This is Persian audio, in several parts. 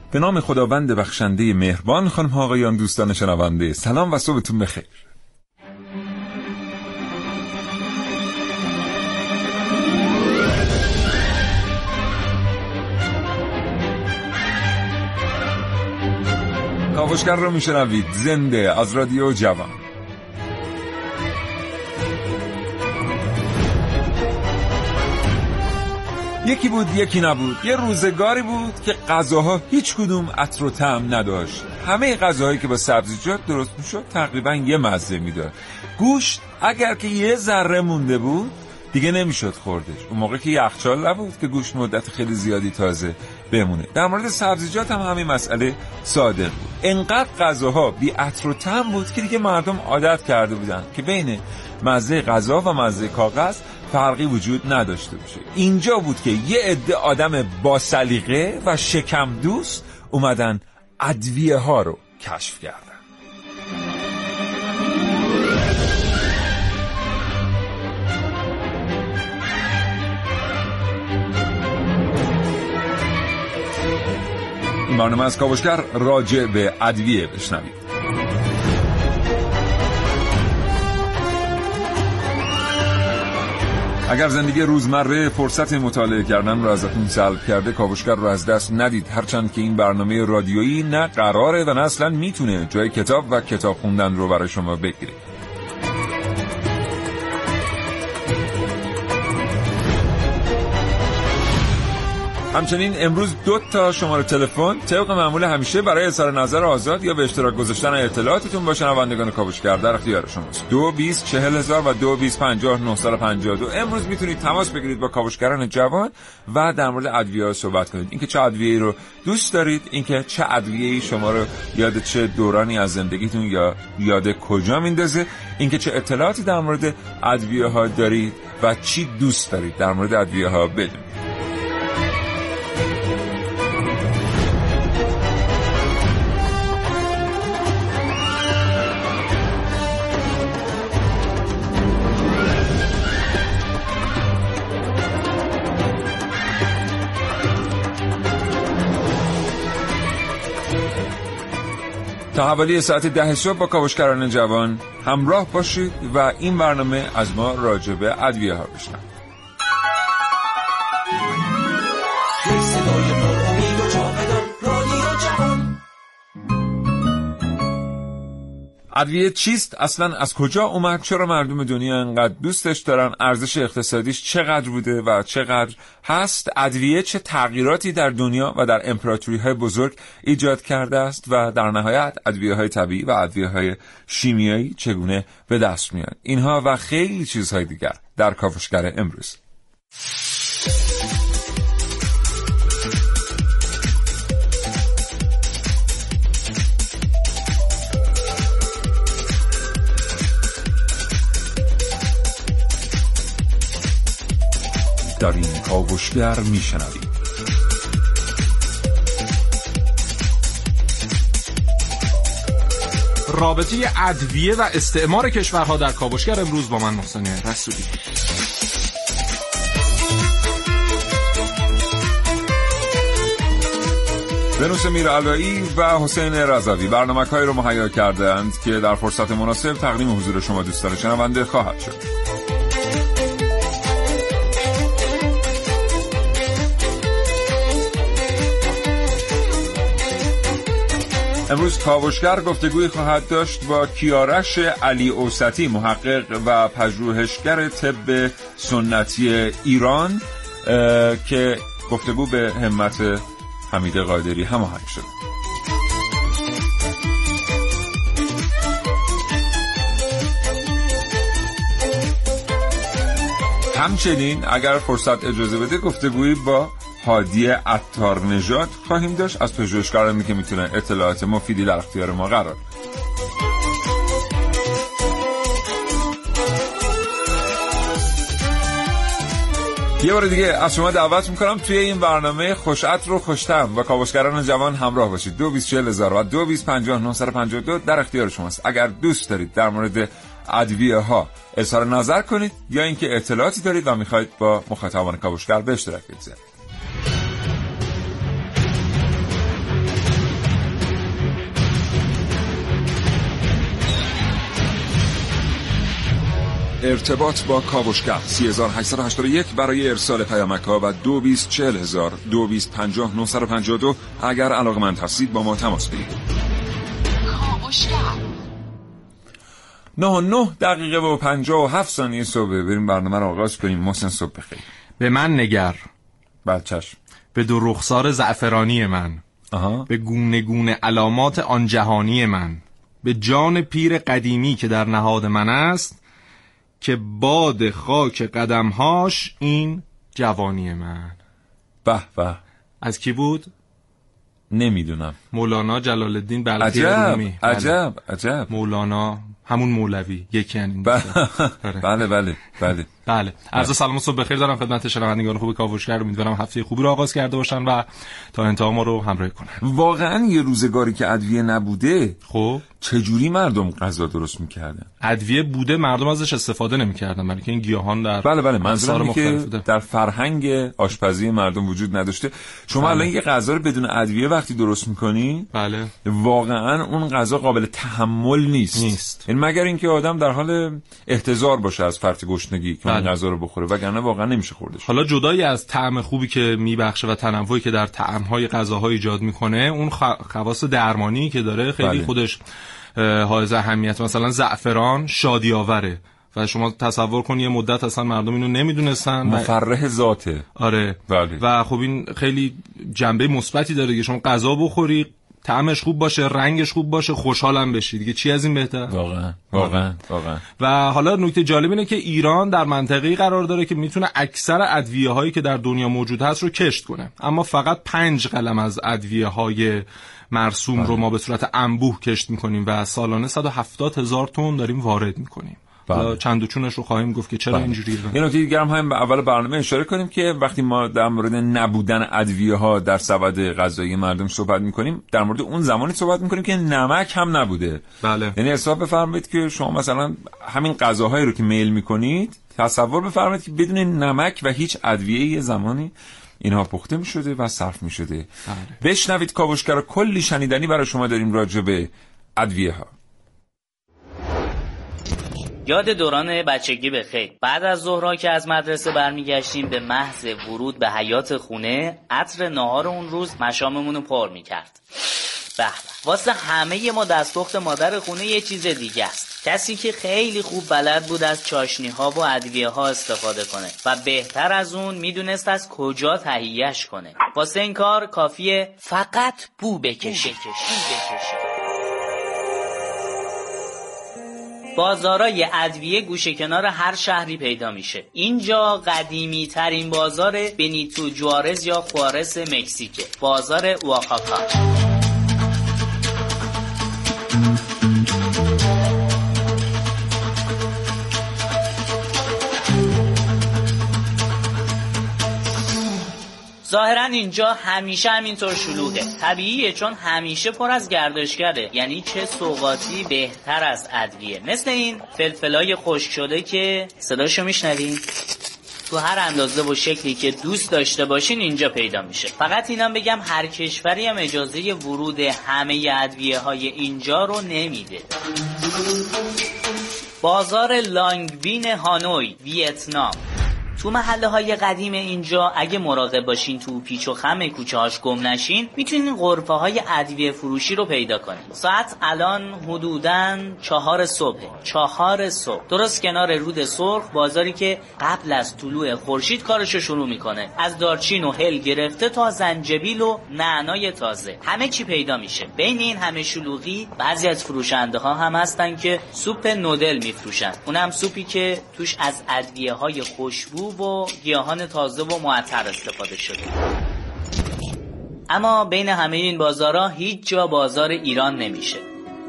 به نام خداوند بخشنده مهربان. خانم ها آقایان، دوستان شنونده، سلام و صبحتون بخیر. کاوشگر رو میشنوید زنده از رادیو جوان. یکی بود یکی نبود. یه روزگاری بود که غذاها هیچ کدوم عطر و طعم نداشت. همه غذاهایی که با سبزیجات درست میشد تقریبا یه مزه میداد. گوشت اگر که یه ذره مونده بود دیگه نمیشد خوردش. اون موقع که یخچال نبود که گوشت مدت خیلی زیادی تازه بمونه. در مورد سبزیجات هم همین مسئله صادق بود. انقدر غذاها بی عطر و طعم بود که دیگه مردم عادت کرده بودن که بین مزه غذا و مزه کاغذ فرقی وجود نداشته باشه. اینجا بود که یه عده آدم با سلیقه و شکم دوست اومدن ادویه ها رو کشف کردن. این برنامه از کاوشگر راجع به ادویه بشنوید. اگر زندگی روزمره فرصت مطالعه کردن رو ازتون سلب کرده، کاوشگر رو از دست ندید. هرچند که این برنامه رادیویی نه قراره و نه اصلا میتونه جای کتاب و کتاب خوندن رو برای شما بگیره. همچنین امروز 2 شماره تلفن طبق معمول همیشه برای اظهار نظر آزاد یا به اشتراک گذاشتن اطلاعاتتون با شنوندگان کاوشگر در اختیار شماست. 2204000 و 2250952. امروز میتونید تماس بگیرید با کاوشگران جوان و در مورد ادویه‌ها صحبت کنید. اینکه چه ادویه‌ای رو دوست دارید، اینکه چه ادویه‌ای شما رو یاد چه دورانی از زندگیتون یا یاد کجا میندازه، اینکه چه اطلاعاتی در مورد ادویه‌ها دارید و چی دوست دارید در مورد ادویه‌ها بدونید. تا حوالی ساعت 10 صبح با کاوشگران جوان همراه باشید و این برنامه از ما راجع به ادویه ها بشنوید. ادویه چیست؟ اصلا از کجا اومد؟ چرا مردم دنیا انقدر دوستش دارن؟ ارزش اقتصادیش چقدر بوده و چقدر هست؟ ادویه چه تغییراتی در دنیا و در امپراتوری‌های بزرگ ایجاد کرده است؟ و در نهایت ادویه‌های طبیعی و ادویه‌های شیمیایی چگونه به دست میاد؟ اینها و خیلی چیزهای دیگر در کاوشگر امروز. در این کاوشگر میشنوید رابطه ادویه و استعمار کشورها در کاوشگر امروز با من محسن رسولی. بنوس میرعلایی و حسین رضوی برنامه‌هایی رو مهیا کردند که در فرصت مناسب تقدیم حضور شما دوستان شنونده خواهد شد. امروز کاوشگر گفتگوی خواهد داشت با کیارش علی اوسطی، محقق و پژوهشگر طب سنتی ایران که گفتگو به همت حمید قادری هماهنگ شد. همچنین اگر فرصت اجازه بده گفتگویی با هادی عطارنژاد خواهیم داشت از پژوهشگرانی که میتونه اطلاعات مفیدی در اختیار ما قرار بده. یه بار دیگه از شما دعوت میکنم توی این برنامه خوش عطر و خوش‌طعم با کاوشگران جوان همراه باشید. 2204000 و 2250952 در اختیار شماست. اگر دوست دارید در مورد ادویه ها اظهار نظر کنید یا اینکه اطلاعاتی دارید و میخواید با مخاطبان کاوشگر به اشتراک بگذارید. ارتباط با کاوشگر 3881 برای ارسال پیامک‌ها و 224000 2250 اگر علاقه‌مند هستید با ما تماس بگیرید. کاوشگر 9:09 و 57 ثانیه صبح. بریم برنامه رو آغاز کنیم. محسن صبح بخیر. به من نگر، بچه‌ش، به دو رخسار زعفرانی من، به گونه گونه علامات آن جهانی من، به جان پیر قدیمی که در نهاد من است، که باد خاک قدمهاش این جوانی من. به به. از کی بود؟ نمیدونم. مولانا جلال الدین بلخی رومی. عجب. مولانا همون مولوی یکی این. بله. عرض سلام و صبح بخیر دارم خدمت شنوندگان خوب کاوشگر. امیدوارم هفته خوبی رو آغاز کرده باشن و تا انتها ما رو همراهی کنن. واقعا یه روزگاری که ادویه نبوده، خب چجوری مردم غذا درست میکردن؟ ادویه بوده، مردم ازش استفاده نمیکردن، بلکه این گیاهان در بله منظورم که در فرهنگ آشپزی مردم وجود نداشته. شما الان یه غذا رو بدون ادویه وقتی درست میکنی، بله، واقعا اون غذا قابل تحمل نیست. یعنی مگر اینکه آدم در حال احتضار باشه از فرط گشنگی که اون غذا رو بخوره، وگرنه واقعا نمیشه خوردش. حالا جدای از طعم خوبی که میبخشه و تنوعی که در طعم‌های غذاها ایجاد میکنه، اون خواص درمانی که داره خیلی خودش حائز اهمیت. مثلا زعفران شادی آوره و شما تصور کن یه مدت اصلا مردم اینو نمیدونستن، مفرح ذاته. آره و خب این خیلی جنبه مثبتی داره که شما غذا بخوری، طعمش خوب باشه، رنگش خوب باشه، خوشحالم بشی دیگه. چی از این بهتر؟ واقعا. و حالا نکته جالب اینه که ایران در منطقه‌ای قرار داره که میتونه اکثر ادویه‌هایی که در دنیا موجود هست رو کشت کنه، اما فقط 5 قلم از ادویه‌های مرسوم رو ما به صورت انبوه کشت میکنیم و سالانه 170,000 تن داریم وارد میکنیم. چند و چونش رو خواهیم گفت که چرا اینجوریه. یه نکته دیگه هم اول برنامه اشاره کنیم که وقتی ما در مورد نبودن ادویه‌ها در سبد غذایی مردم صحبت میکنیم، در مورد اون زمانی صحبت میکنیم که نمک هم نبوده. بله. یعنی حساب بفرمایید که شما مثلا همین غذاهایی رو که میل میکنید، تصور بفرمایید که بدون نمک و هیچ ادویه‌ای زمانی اینها پخته می شده و صرف می شده. بشنوید کاوشگر، کلی شنیدنی برای شما داریم راجع به ادویه ها. یاد دوران بچگی بخیر. بعد از ظهرها که از مدرسه برمیگشتیم، به محض ورود به حیاط خونه، عطر ناهار اون روز مشاممون رو پر میکرد. به واسه همه ما دستپخت مادر خونه یه چیز دیگه است. کسی که خیلی خوب بلد بود از چاشنی ها و ادویه ها استفاده کنه و بهتر از اون میدونست از کجا تهیهش کنه. واسه این کار کافیه فقط بو بکشه. بازارای ادویه گوشه کنار هر شهری پیدا میشه. اینجا قدیمی ترین بازار بنیتو جوارز یا خوارس مکزیکه، بازار اوآحاکا. ظاهرا اینجا همیشه همینطور شلوغه. طبیعیه، چون همیشه پر از گردشگره. یعنی چه سوغاتی بهتر از ادویه. مثل این فلفلای خشک شده که صداشو میشنوین؟ تو هر اندازه و شکلی که دوست داشته باشین اینجا پیدا میشه. فقط اینم بگم هر کشوری هم اجازه ورود همه ادویه های اینجا رو نمیده. بازار لانگبین هانوی، ویتنام. تو محله های قدیم اینجا اگه مراقب باشین تو پیچ و خم کوچه هاش گم نشین، میتونین غرفه های ادویه فروشی رو پیدا کنین. ساعت الان حدوداً 4 صبح. درست کنار رود سرخ، بازاری که قبل از طلوع خورشید کارشو شروع میکنه. از دارچین و هل گرفته تا زنجبیل و نعنای تازه، همه چی پیدا میشه. بین این همه شلوغی، بعضی از فروشنده ها هم هستن که سوپ نودل میفروشن. اونم سوپی که توش از ادویه های خوشبو و گیاهان تازه و معطر استفاده شده. اما بین همه این بازارها هیچ جا بازار ایران نمیشه.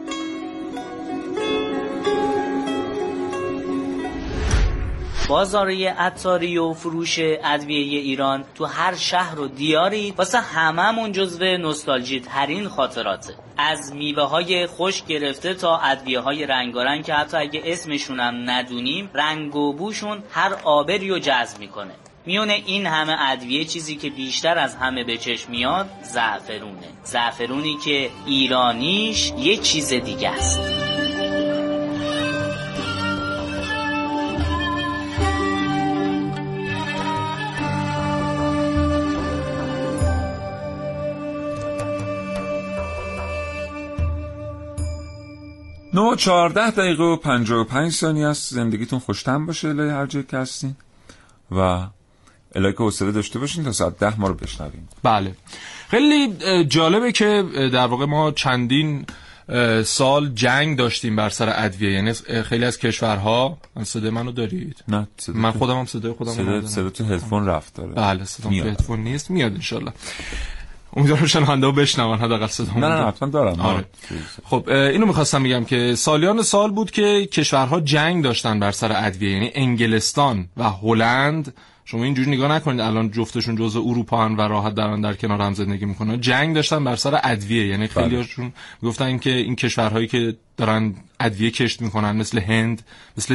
بازاری عطاری و فروش ادویه ایران تو هر شهر و دیاری واسه هممون جزو نوستالژی ترین خاطراته. از میوه های خوش گرفته تا ادویه های رنگارنگ که حتی اگه اسمشون هم ندونیم، رنگ و بوشون هر آبری رو جذب میکنه. میونه این همه ادویه چیزی که بیشتر از همه به چشم میاد زعفرونه. زعفرونی که ایرانیش یه چیز دیگه است. 9:14 دقیقه و 55 ثانیه است. زندگیتون خوشتم باشه الهی هر جایی که هستین و الهی که حوصله داشته باشین تا ساعت 10 ما رو بشنویم. بله، خیلی جالبه که در واقع ما چندین سال جنگ داشتیم بر سر ادویه. یعنی خیلی از کشورها، صدای منو دارید؟ نه، من خودم هم صدای خودم رو صدا تو هدفون رفت داره. بله، صدا تو هدفون نیست، میاد ان شاءالله. امیدوارم شنونده‌ها بشنون حداقل صدامو. نه حتما دارم. آره. خب اینو می‌خواستم بگم که سالیان سال بود که کشورها جنگ داشتن بر سر ادویه. یعنی انگلستان و هلند، شما اینجوری نگاه نکنید الان جفتشون جزء اروپا ان و راحت در کنار هم زندگی میکنن، جنگ داشتن بر سر ادویه. یعنی خیلیاشون گفتن که این کشورهایی که دارن ادویه کشت میکنن مثل هند، مثل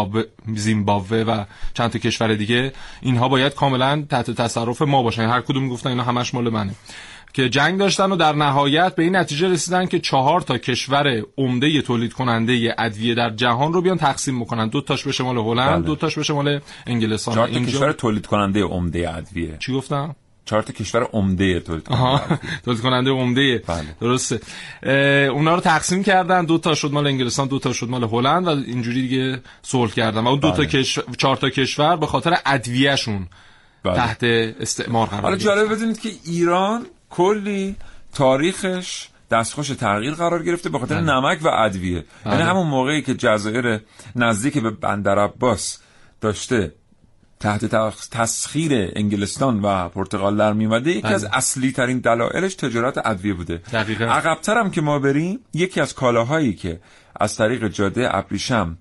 زیمبابوه و چند تا کشور دیگه، اینها باید کاملا تحت تصرف ما باشن. هر کدوم گفتن اینا همش مال منه. که جنگ داشتن و در نهایت به این نتیجه رسیدن که 4 تا کشور عمده تولید کننده ادویه در جهان رو بیان تقسیم بکنن. 2 تاش بشه مال هلند، 2 تاش بشه مال انگلستان. 4 تا کشور تولید کننده عمده ادویه. چی گفتم؟ 4 تا کشور عمده تولید کننده عمده. درسته. اونا رو تقسیم کردن، 2 تا شد مال انگلستان، 2 تا شد مال هلند و اینجوری دیگه صلح کردن. و اون 2 تا 4 تا کشور به خاطر ادویه‌شون تحت استعمار قرار گرفتن. حالا جالب بدونید که ایران کلی تاریخش دستخوش تغییر قرار گرفته به خاطر نمک و ادویه. یعنی همون موقعی که جزایر نزدیک به بندرعباس داشته تحت تسخیر انگلستان و پرتغال در میومده، یکی از اصلی ترین دلایلش تجارت ادویه بوده. عقب‌تر هم که ما بریم، یکی از کالاهایی که از طریق جاده ابریشم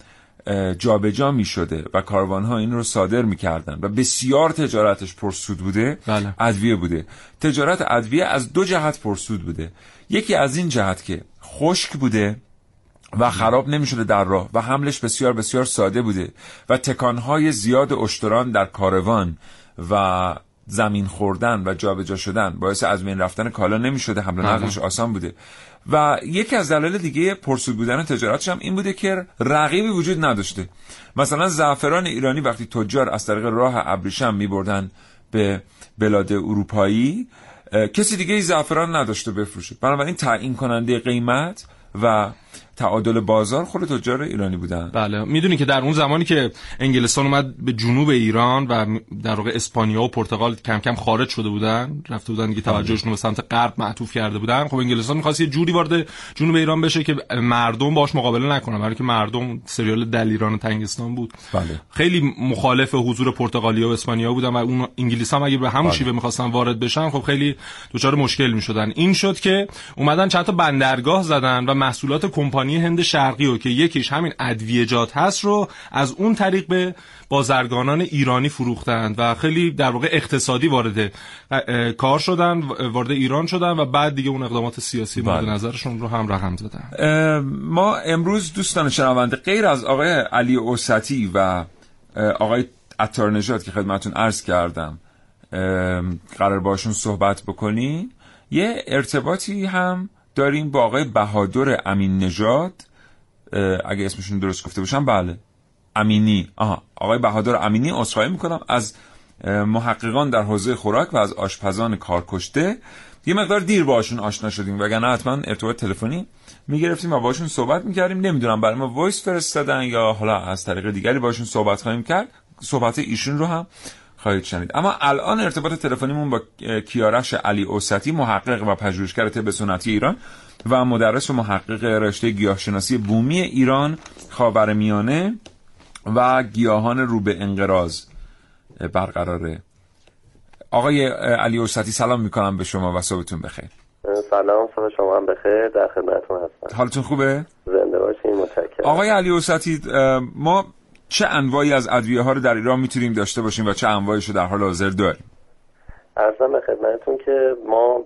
جابجا می شده و کاروانها این رو صادر می کردن و بسیار تجارتش پرسود بوده، ادویه بوده. تجارت ادویه از 2 جهت پرسود بوده. یکی از این جهت که خشک بوده و خراب نمی شده در راه و حملش بسیار بسیار ساده بوده و تکانهای زیاد اشتران در کاروان و زمین خوردن و جابجا شدن باعث از بین رفتن کالا نمی شده، حمل و نقلش آسان بوده. و یکی از دلایل دیگه پرسود بودن تجارتش هم این بوده که رقیبی وجود نداشته. مثلا زعفران ایرانی وقتی تجار از طریق راه ابریشم می‌بردن به بلاد اروپایی، کسی دیگه ای زعفران نداشته بفروشه. بنابراین تعیین کننده قیمت و تعادل بازار خود تجار ایرانی بودن. بله، میدونی که در اون زمانی که انگلستان اومد به جنوب ایران و در واقع اسپانیا و پرتغال کم کم خارج شده بودن، رفته بودن دیگه توجهشون به سمت غرب معطوف کرده بودن. خب انگلستان می‌خواست یه جوری وارد جنوب ایران بشه که مردم باهاش مقابله نکنن، برای که مردم سریال دل ایران و تنگستان بود. بله. خیلی مخالف حضور پرتغالیا و اسپانیا بودن و اون انگلیس‌ها اگه به همون شیوه می‌خواستن وارد بشن، خب خیلی دچار مشکل می‌شدن. این شد که اومدن چند تا بندرگاه زدن و محصولات کمپانی هند شرقی که یکیش همین ادویه‌جات هست رو از اون طریق به بازرگانان ایرانی فروختند و خیلی در واقع اقتصادی وارد کار شدن، وارد ایران شدن و بعد دیگه اون اقدامات سیاسی مورد نظرشون رو هم رقم زدن. ما امروز دوستان شنونده غیر از آقای علی اوسطی و آقای عطارنژاد که خدمتتون عرض کردم قرار باشون صحبت بکنیم، یه ارتباطی هم داریم با آقای بهادر امین نژاد، اگه اسمشون درست گفته باشم. بله، امینی. آقای بهادر امینی. عذرخواهی میکنم از محققان در حوزه خوراک و از آشپزان کارکشته. یه مقدار دیر باهاشون آشنا شدیم، وگرنه حتما ارتباط تلفنی میگرفتیم و باهاشون صحبت میکردیم. نمیدونم برای ما وایس فرستادن یا حالا از طریق دیگری باهاشون صحبت خواهیم کرد. صحبت ایشون رو هم خواهید شنید. اما الان ارتباط تلفنیمون با کیارش علی اوسطی، محقق و پژوهشگر طب سنتی ایران و مدرس و محقق رشته گیاهشناسی بومی ایران، خاورمیانه و گیاهان رو به انقراض برقراره. آقای علی اوسطی سلام میکنم به شما و صبحتون بخیر. سلام، صبح شما هم بخیر، در خدمتتون هستم. حالتون خوبه؟ زنده باشین، متشکرم. آقای علی اوسطی، ما چه انواعی از ادویه ها رو در ایران میتونیم داشته باشیم و چه انواعیش رو در حال حاضر داریم؟ عرضم به خدمتتون که ما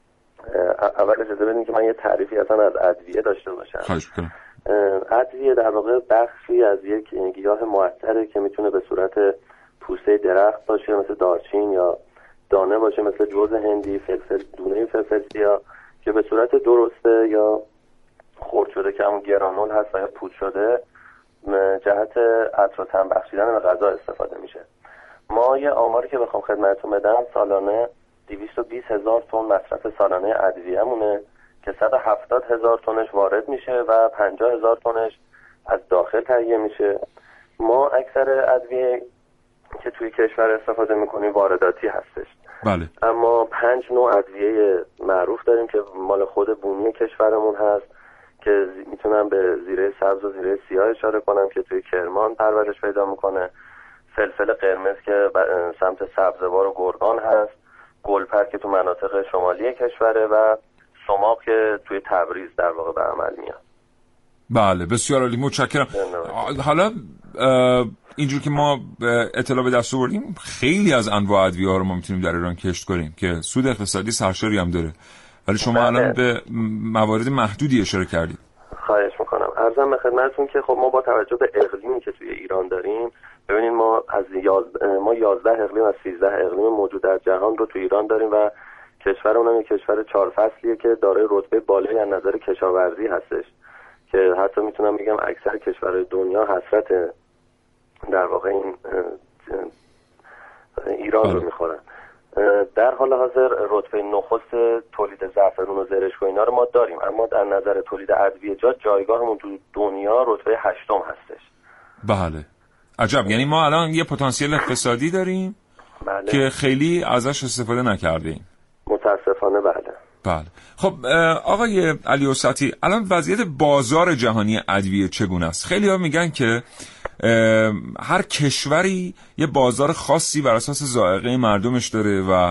اول اجازه بدین که من یه تعریفی اصلا از ادویه داشته باشم. خواهش می‌کنم. ادویه در واقع بخشی از یک گیاه معطره که میتونه به صورت پوسته درخت باشه مثل دارچین یا دانه باشه مثل جوز هندی، فلفل، دونه فلفل سیاه که به صورت درسته یا خرد شده که همون گرانول هست یا پود شده جهت عطر و طعم بخشیدن به غذا استفاده میشه. ما یه آماری که بخوام خدمتتون بدم، سالانه 220,000 تن مصرف سالانه ادویه‌مونه که 170,000 تنش وارد میشه و 50,000 تنش از داخل تهیه میشه. ما اکثر ادویه که توی کشور استفاده میکنیم وارداتی هستش. بله. اما 5 نوع ادویه معروف داریم که مال خود بومی کشورمون هست که میتونم به زیره سبز و زیره سیاه اشاره کنم که توی کرمان پرورش پیدا میکنه، فلفل قرمز که سمت سبزوار و گرگان هست، گلپر که تو مناطق شمالی کشوره و سماق که توی تبریز در واقع به عمل میاد. بله بسیار عالی، متشکرم. حالا اینجور که ما اطلاع به دست آوردیم خیلی از انواع ادویه ها رو ما میتونیم در ایران کشت کنیم که سود اقتصادی سرشاری هم داره، ولی شما الان به موارد محدودی اشاره کردید. خواهش میکنم. عرضم به خدمتتون که خب ما با توجه به اقلیمی که توی ایران داریم، ببینید ما 11 اقلیم از 13 اقلیم موجود در جهان رو توی ایران داریم و کشورمون هم یک کشور 4 فصلیه که دارای رتبه بالایی از نظر کشاورزی هستش که حتی میتونم بگم اکثر کشورهای دنیا حسرت در واقع این ایران رو میخورن. در حال حاضر رتبه نخست تولید زعفرون و زرشک و اینا رو ما داریم، اما در نظر تولید ادویه‌جات جایگاهمون تو دنیا رتبه 8م هستش. بله عجب، یعنی ما الان یه پتانسیل اقتصادی داریم بله. که خیلی ازش استفاده نکردیم. متاسفانه بله. بله. خب آقای علی وسطی، الان وضعیت بازار جهانی ادویه چگونه است؟ خیلی ها میگن که هر کشوری یه بازار خاصی بر اساس ذائقه مردمش داره و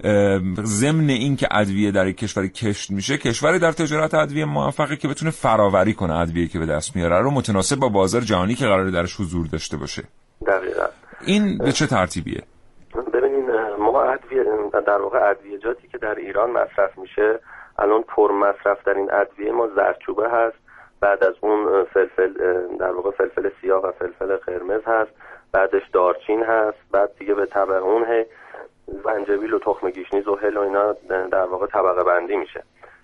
ضمن این که ادویه در یک کشوری کشت میشه، کشوری در تجارت ادویه موفقه که بتونه فراوری کنه ادویه که به دست میاره رو متناسب با بازار جهانی که قراره درش حضور داشته باشه. دقیقاً. این به چه ترتیبیه؟ ببینین ما ادویه در واقع ادویه‌جاتی که در ایران مصرف میشه الان پر مصرف در این ادویه ما زردچوبه هست، بعد از اون فلفل در واقع فلفل سیاه و فلفل قرمز هست، بعدش دارچین هست، بعد دیگه به طبق اون زنجبیل و تخم گیشنیز و هل و اینا در واقع طبقه بندی میشه.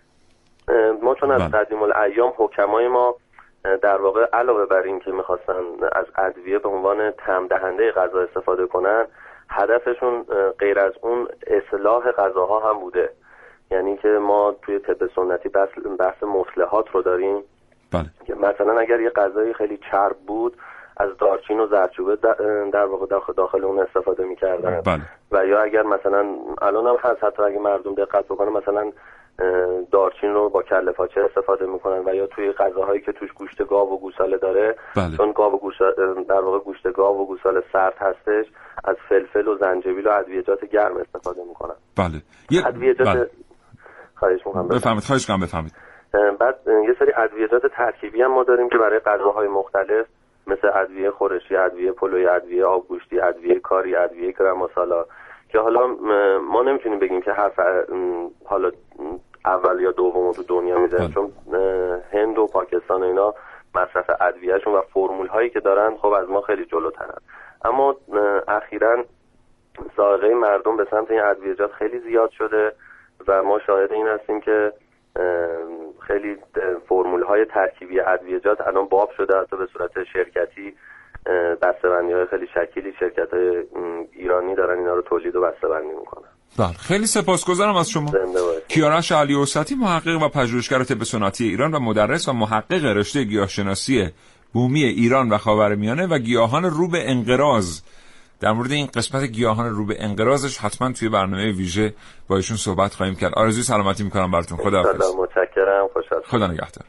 ما چون از قدیم الایام حکمای ما در واقع علاوه بر این که میخواستن از ادویه به عنوان طعم دهنده غذا استفاده کنن، هدفشون غیر از اون اصلاح غذاها هم بوده. یعنی که ما توی طب سنتی بحث مصلحات رو داریم. بله. که مثلا اگر یه غذایی خیلی چرب بود از دارچین و زردچوبه در واقع داخل اون استفاده می‌کردن. بله. و یا اگر مثلا الان هم هست، حتی اگه مردم دقت بکنن مثلا دارچین رو با کله پاچه استفاده میکنن و یا توی غذاهایی که توش گوشت گاو و گوساله داره. بله. چون در واقع گوشت گاو و گوساله سرد هستش، از فلفل و زنجبیل و ادویه‌جات گرم استفاده میکنن. بله. ادویه‌جات خواهش می‌کنم بفهمید. بعد یه سری ادویه‌جات ترکیبی هم ما داریم که برای غذاهای مختلف مثل ادویه خورشی، ادویه پلوی، ادویه آبگوشتی، ادویه کاری، ادویه گرم ماسالا که حالا ما نمیتونیم بگیم که حرف حالا اول یا دوم تو دنیا میزنن، چون هند و پاکستان و اینا مصرف ادویه‌شون و فرمول هایی که دارن خب از ما خیلی جلوترن. اما اخیراً ذائقه مردم به سمت این ادویه‌جات خیلی زیاد شده و ما شاهد این هستیم که خیلی فرمول های ترکیبی ادویه‌جات الان باب شده، حتی به صورت شرکتی بسته‌بندی‌های خیلی شکیلی شرکت‌های ایرانی دارن اینا رو تولید و بسته‌بندی میکنن. بله، خیلی سپاسگزارم از شما. کیارش علی وسطی، محقق و پژوهشگر طب سنتی ایران و مدرس و محقق رشته گیاهشناسی بومی ایران و خاورمیانه و گیاهان رو به انقراض. در مورد این قسمت گیاهان رو به انقراضش حتما توی برنامه ویژه با ایشون صحبت خواهیم کرد. آرزوی سلامتی میکنم براتون. خداحافظ. متشکرم. خوشحال. خدا نگهدار.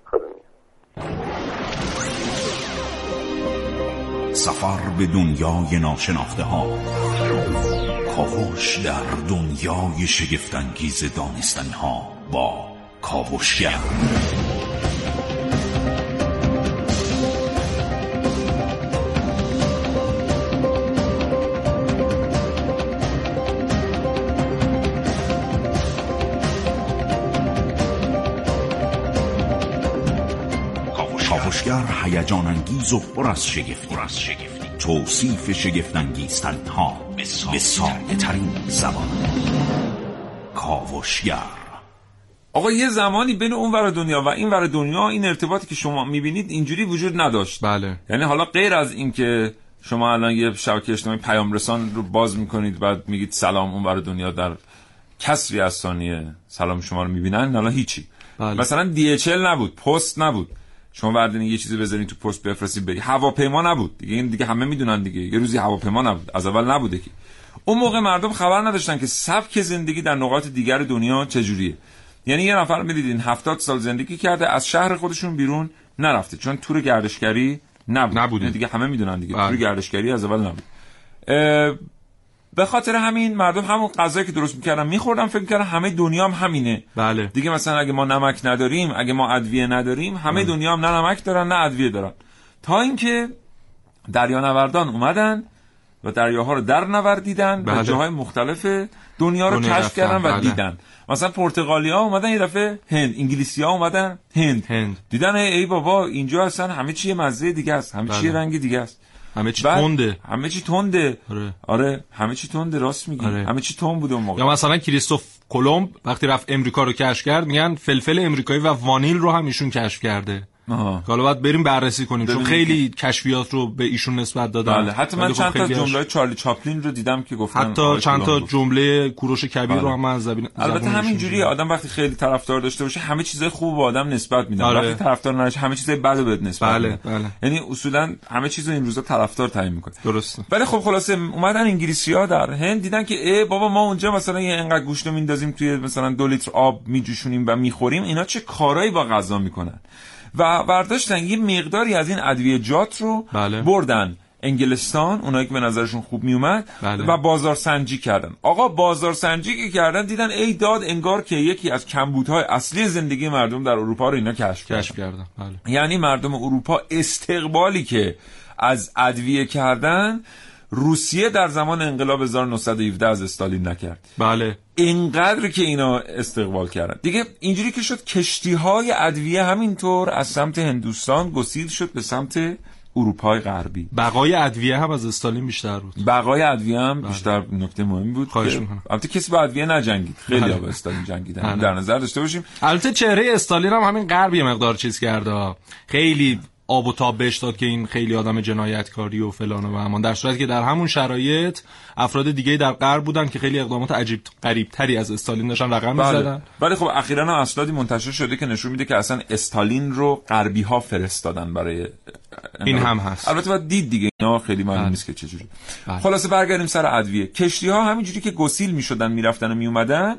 سفر به دنیای ناشناخته ها، کاوش در دنیای شگفت‌انگیز دانستنی ها با کاوشگر. کاوشگر هیجان انگیز و پر از شگفتی، توصیف شگفت انگیزترین ها به ساده ترین زبان. کاوشگر. آقا یه زمانی بین اون ور دنیا و این ور دنیا این ارتباطی که شما میبینید اینجوری وجود نداشت. بله. یعنی حالا غیر از این که شما الان یه شبکه اجتماعی پیام رسان رو باز میکنید بعد میگید سلام اون ور دنیا در کسری از ثانیه سلام شما رو میبینن، الان هیچی. بله. مثلا DHL نبود، پست نبود، شما وردین یه چیزی بذارین تو پست بفرستید بری. هواپیما نبود دیگه، این دیگه همه میدونن دیگه، یه روزی هواپیما نبود، از اول نبوده که. اون موقع مردم خبر نداشتن که سبک زندگی در نقاط دیگر دنیا چجوریه. یعنی یه نفر میدیدین 70 سال زندگی کرده، از شهر خودشون بیرون نرفته، چون تور گردشگری نبود. دیگه همه میدونن دیگه تور گردشگری از اول نبود. به خاطر همین مردم همون غذایی که درست میکردن میخوردن، فکر میکردن همه دنیا هم همینه. بله. دیگه مثلا اگه ما نمک نداریم، اگه ما ادویه نداریم، همه دنیا هم نه نمک دارن نه ادویه دارن. تا اینکه دریانوردان اومدن و دریاها رو در نوردیدن و جاهای مختلف دنیا رو کشف کردن و دیدن. مثلا پرتغالیا اومدن یه دفعه هند، انگلیسی‌ها اومدن هند. دیدن ای بابا اینجا اصلا همه چی مزه دیگه است، همه چی رنگ دیگه است، همه چی تنده، همه چی تنده. آره همه چی تنده، راست میگی. همه چی تند بود اون موقع. یا مثلا کریستوف کلمب وقتی رفت امریکا رو کشف کرد، میگن فلفل امریکایی و وانیل رو هم ایشون کشف کرده. حالا باید بریم بررسی کنیم چون خیلی کشفیات رو به ایشون نسبت دادن. بله. حتی من چند تا جمله چارلی چاپلین رو دیدم که گفتن، حتی چند تا جمله کوروش کبیر رو هم از زبان. البته همین جوریه، آدم وقتی خیلی طرفدار داشته باشه همه چیزای خوب به آدم نسبت میدن. وقتی طرفدار نداره همه چیزای بد رو بهت نسبت میدن. یعنی اصولا همه چیزو این روزا طرفدار تعیین میکنه. درسته. ولی خب خلاصه اومدن انگلیسی‌ها در هند دیدن که ای بابا ما اونجا مثلا یه انقدر گوشت میندازیم توی مثلا 2 لیتر آب میجوشونیم و میخوریم، اینا چه کارایی با غذا میکنن. و برداشتن یه مقداری از این ادویه‌جات رو بردن انگلستان، اونایی که به نظرشون خوب میومد و بازارسنجی کردن. آقا بازارسنجی که کردن دیدن ای داد انگار که یکی از کمبودهای اصلی زندگی مردم در اروپا رو اینا کشف کردن. یعنی مردم اروپا استقبالی که از ادویه کردن روسیه در زمان انقلاب 1917 از استالین نکرد. بله. اینقدر که اینا استقبال کردن دیگه. اینجوری که شد کشتی‌های ادویه همینطور از سمت هندوستان گسیل شد به سمت اروپای غربی. بقای ادویه هم از استالین بیشتر بود. بقای ادویه هم بیشتر نکته مهمی بود. البته کسی با ادویه نجنگید، خیلی با استالین جنگیدن. در نظر داشته باشیم. البته چهره استالین هم همین غرب یه مقدار چیز کرده، خیلی آب و تاب بهش داد که این خیلی آدم جنایتکاری و فلان و همان، در صورتی که در همون شرایط افراد دیگه در غرب بودن که خیلی اقدامات عجیب غریب تری از استالین داشتن رقم می‌زدن. ولی خب اخیراً هم اسنادی منتشر شده که نشون میده که اصلا استالین رو غربی‌ها فرستادن برای این هم هست. البته بعد دید دیگه اینا خیلی معلوم نیست که چجوری. خلاصه برگردیم سر ادویه. کشتی‌ها همینجوری که گسیل می‌شدن میرفتن و میومدن،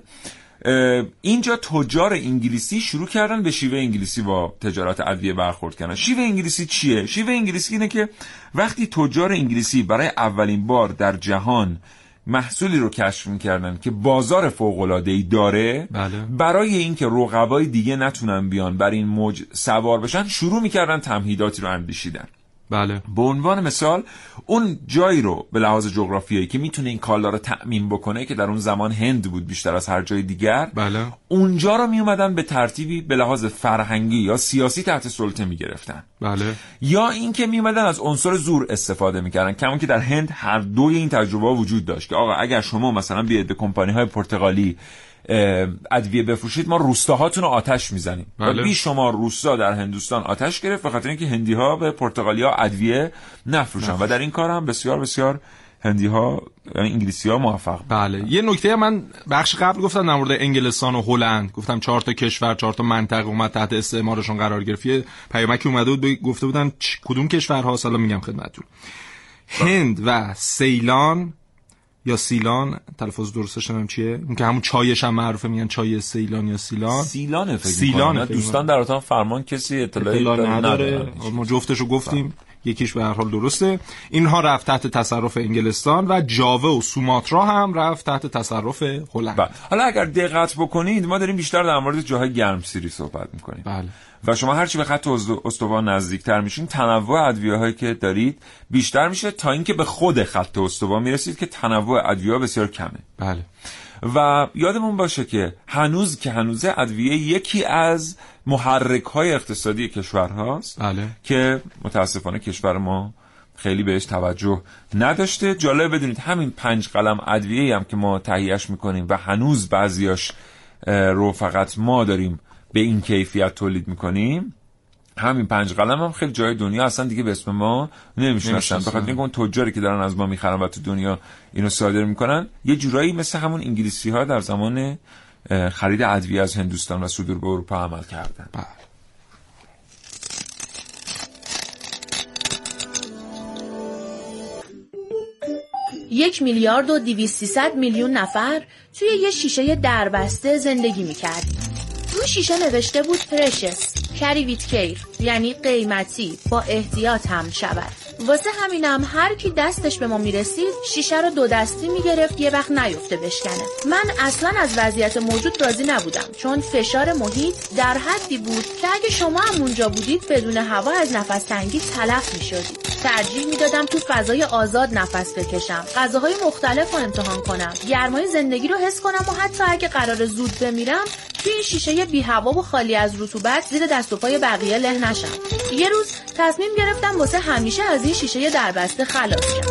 اینجا تجار انگلیسی شروع کردن به شیوه انگلیسی با تجارت ادویه برخورد کردن. شیوه انگلیسی چیه؟ شیوه انگلیسی اینه که وقتی تجار انگلیسی برای اولین بار در جهان محصولی رو کشف می‌کردن که بازار فوق‌العاده‌ای داره، برای اینکه رقبای دیگه نتونن بیان بر این موج سوار بشن، شروع می‌کردن تمهیداتی رو اندیشیدن. بله. به عنوان مثال اون جایی رو به لحاظ جغرافیایی که میتونه این کالا رو تأمین بکنه که در اون زمان هند بود بیشتر از هر جای دیگر، اونجا رو میومدن به ترتیبی به لحاظ فرهنگی یا سیاسی تحت سلطه میگرفتن. یا اینکه میومدن از عنصر زور استفاده میکردن، کمون که در هند هر دوی این تجربه وجود داشت که آقا اگر شما مثلا بیاید به کمپانی‌های پرتغالی ادویه بفروشید ما روستاهاتون رو آتش میزنیم. و بیشمار روستا در هندوستان آتش گرفت به خاطر اینکه هندی‌ها به پرتغالیا ادویه نفروشن و در این کار هم بسیار بسیار هندی‌ها یعنی انگلیسی‌ها موفق. بله. یه نکته من بخش قبل گفتم در مورد انگلستان و هلند، گفتم 4 تا کشور 4 تا منطقه اومد تحت استعمارشون قرار گرفت. یه پیامکی اومده بود گفته بودن کدوم کشورها، حالا میگم خدمتتون. هند و سیلان یا سیلان، تلفظ درستش نمیدونم چیه، این که همون چایش هم معروفه، میگن چای سیلان یا سیلانه. سیلانه. دوستان در اتاق فرمان کسی اطلاعی نداره. ما جفتشو گفتیم، یکیش به هر حال درسته. اینها رفت تحت تصرف انگلستان و جاوا و سوماترا هم رفت تحت تصرف هلند. حالا اگر دقت بکنید ما داریم بیشتر در مورد جاهای گرمسیری صحبت میکنیم. و شما هرچی به خط استوا نزدیکتر میشین تنوع ادویه‌هایی که دارید بیشتر میشه تا اینکه به خود خط استوا میرسید که تنوع ادویه بسیار کمه. و یادمون باشه که هنوزه ادویه یکی از محرک‌های اقتصادی کشور هاست که متاسفانه کشور ما خیلی بهش توجه نداشته. جالب بدونید همین 5 قلم ادویه‌ای هم که ما تهیه‌اش میکنیم و هنوز بعضیاش رو فقط ما داریم به این کیفیت تولید میکنیم، همین 5 قلم هم خیلی جای دنیا اصلا دیگه به اسم ما نمیشناسن، بخاطر اینکه اون تجاری که دارن از ما میخرن و تو دنیا اینو صادر میکنن یه جورایی مثل همون انگلیسی ها در زمان خرید ادویه از هندوستان و صدور به اروپا عمل کردن. 1,200,000,000 نفر توی یه شیشه دربسته زندگی میکردیم. روی شیشه نوشته بود پرشس، کری ویت کیر، یعنی قیمتی، با احتیاط حمل شود. واسه همینم هر کی دستش به ما میرسید شیشه رو 2 دستی میگرفت یه وقت نیفته بشکنه. من اصلا از وضعیت موجود راضی نبودم، چون فشار محیط در حدی بود که اگه شما هم اونجا بودید بدون هوا از نفس تنگی تلف میشدید. ترجیح میدادم تو فضای آزاد نفس بکشم، غذاهای مختلف رو امتحان کنم، گرمای زندگی رو حس کنم و حتی اگه قرار زود بمیرم توی این شیشه بی هوا و خالی از رطوبت زیر دست و پای بقیه له نشم. یه روز تصمیم گرفتم واسه همیشه از این شیشه دربسته خلاص شم.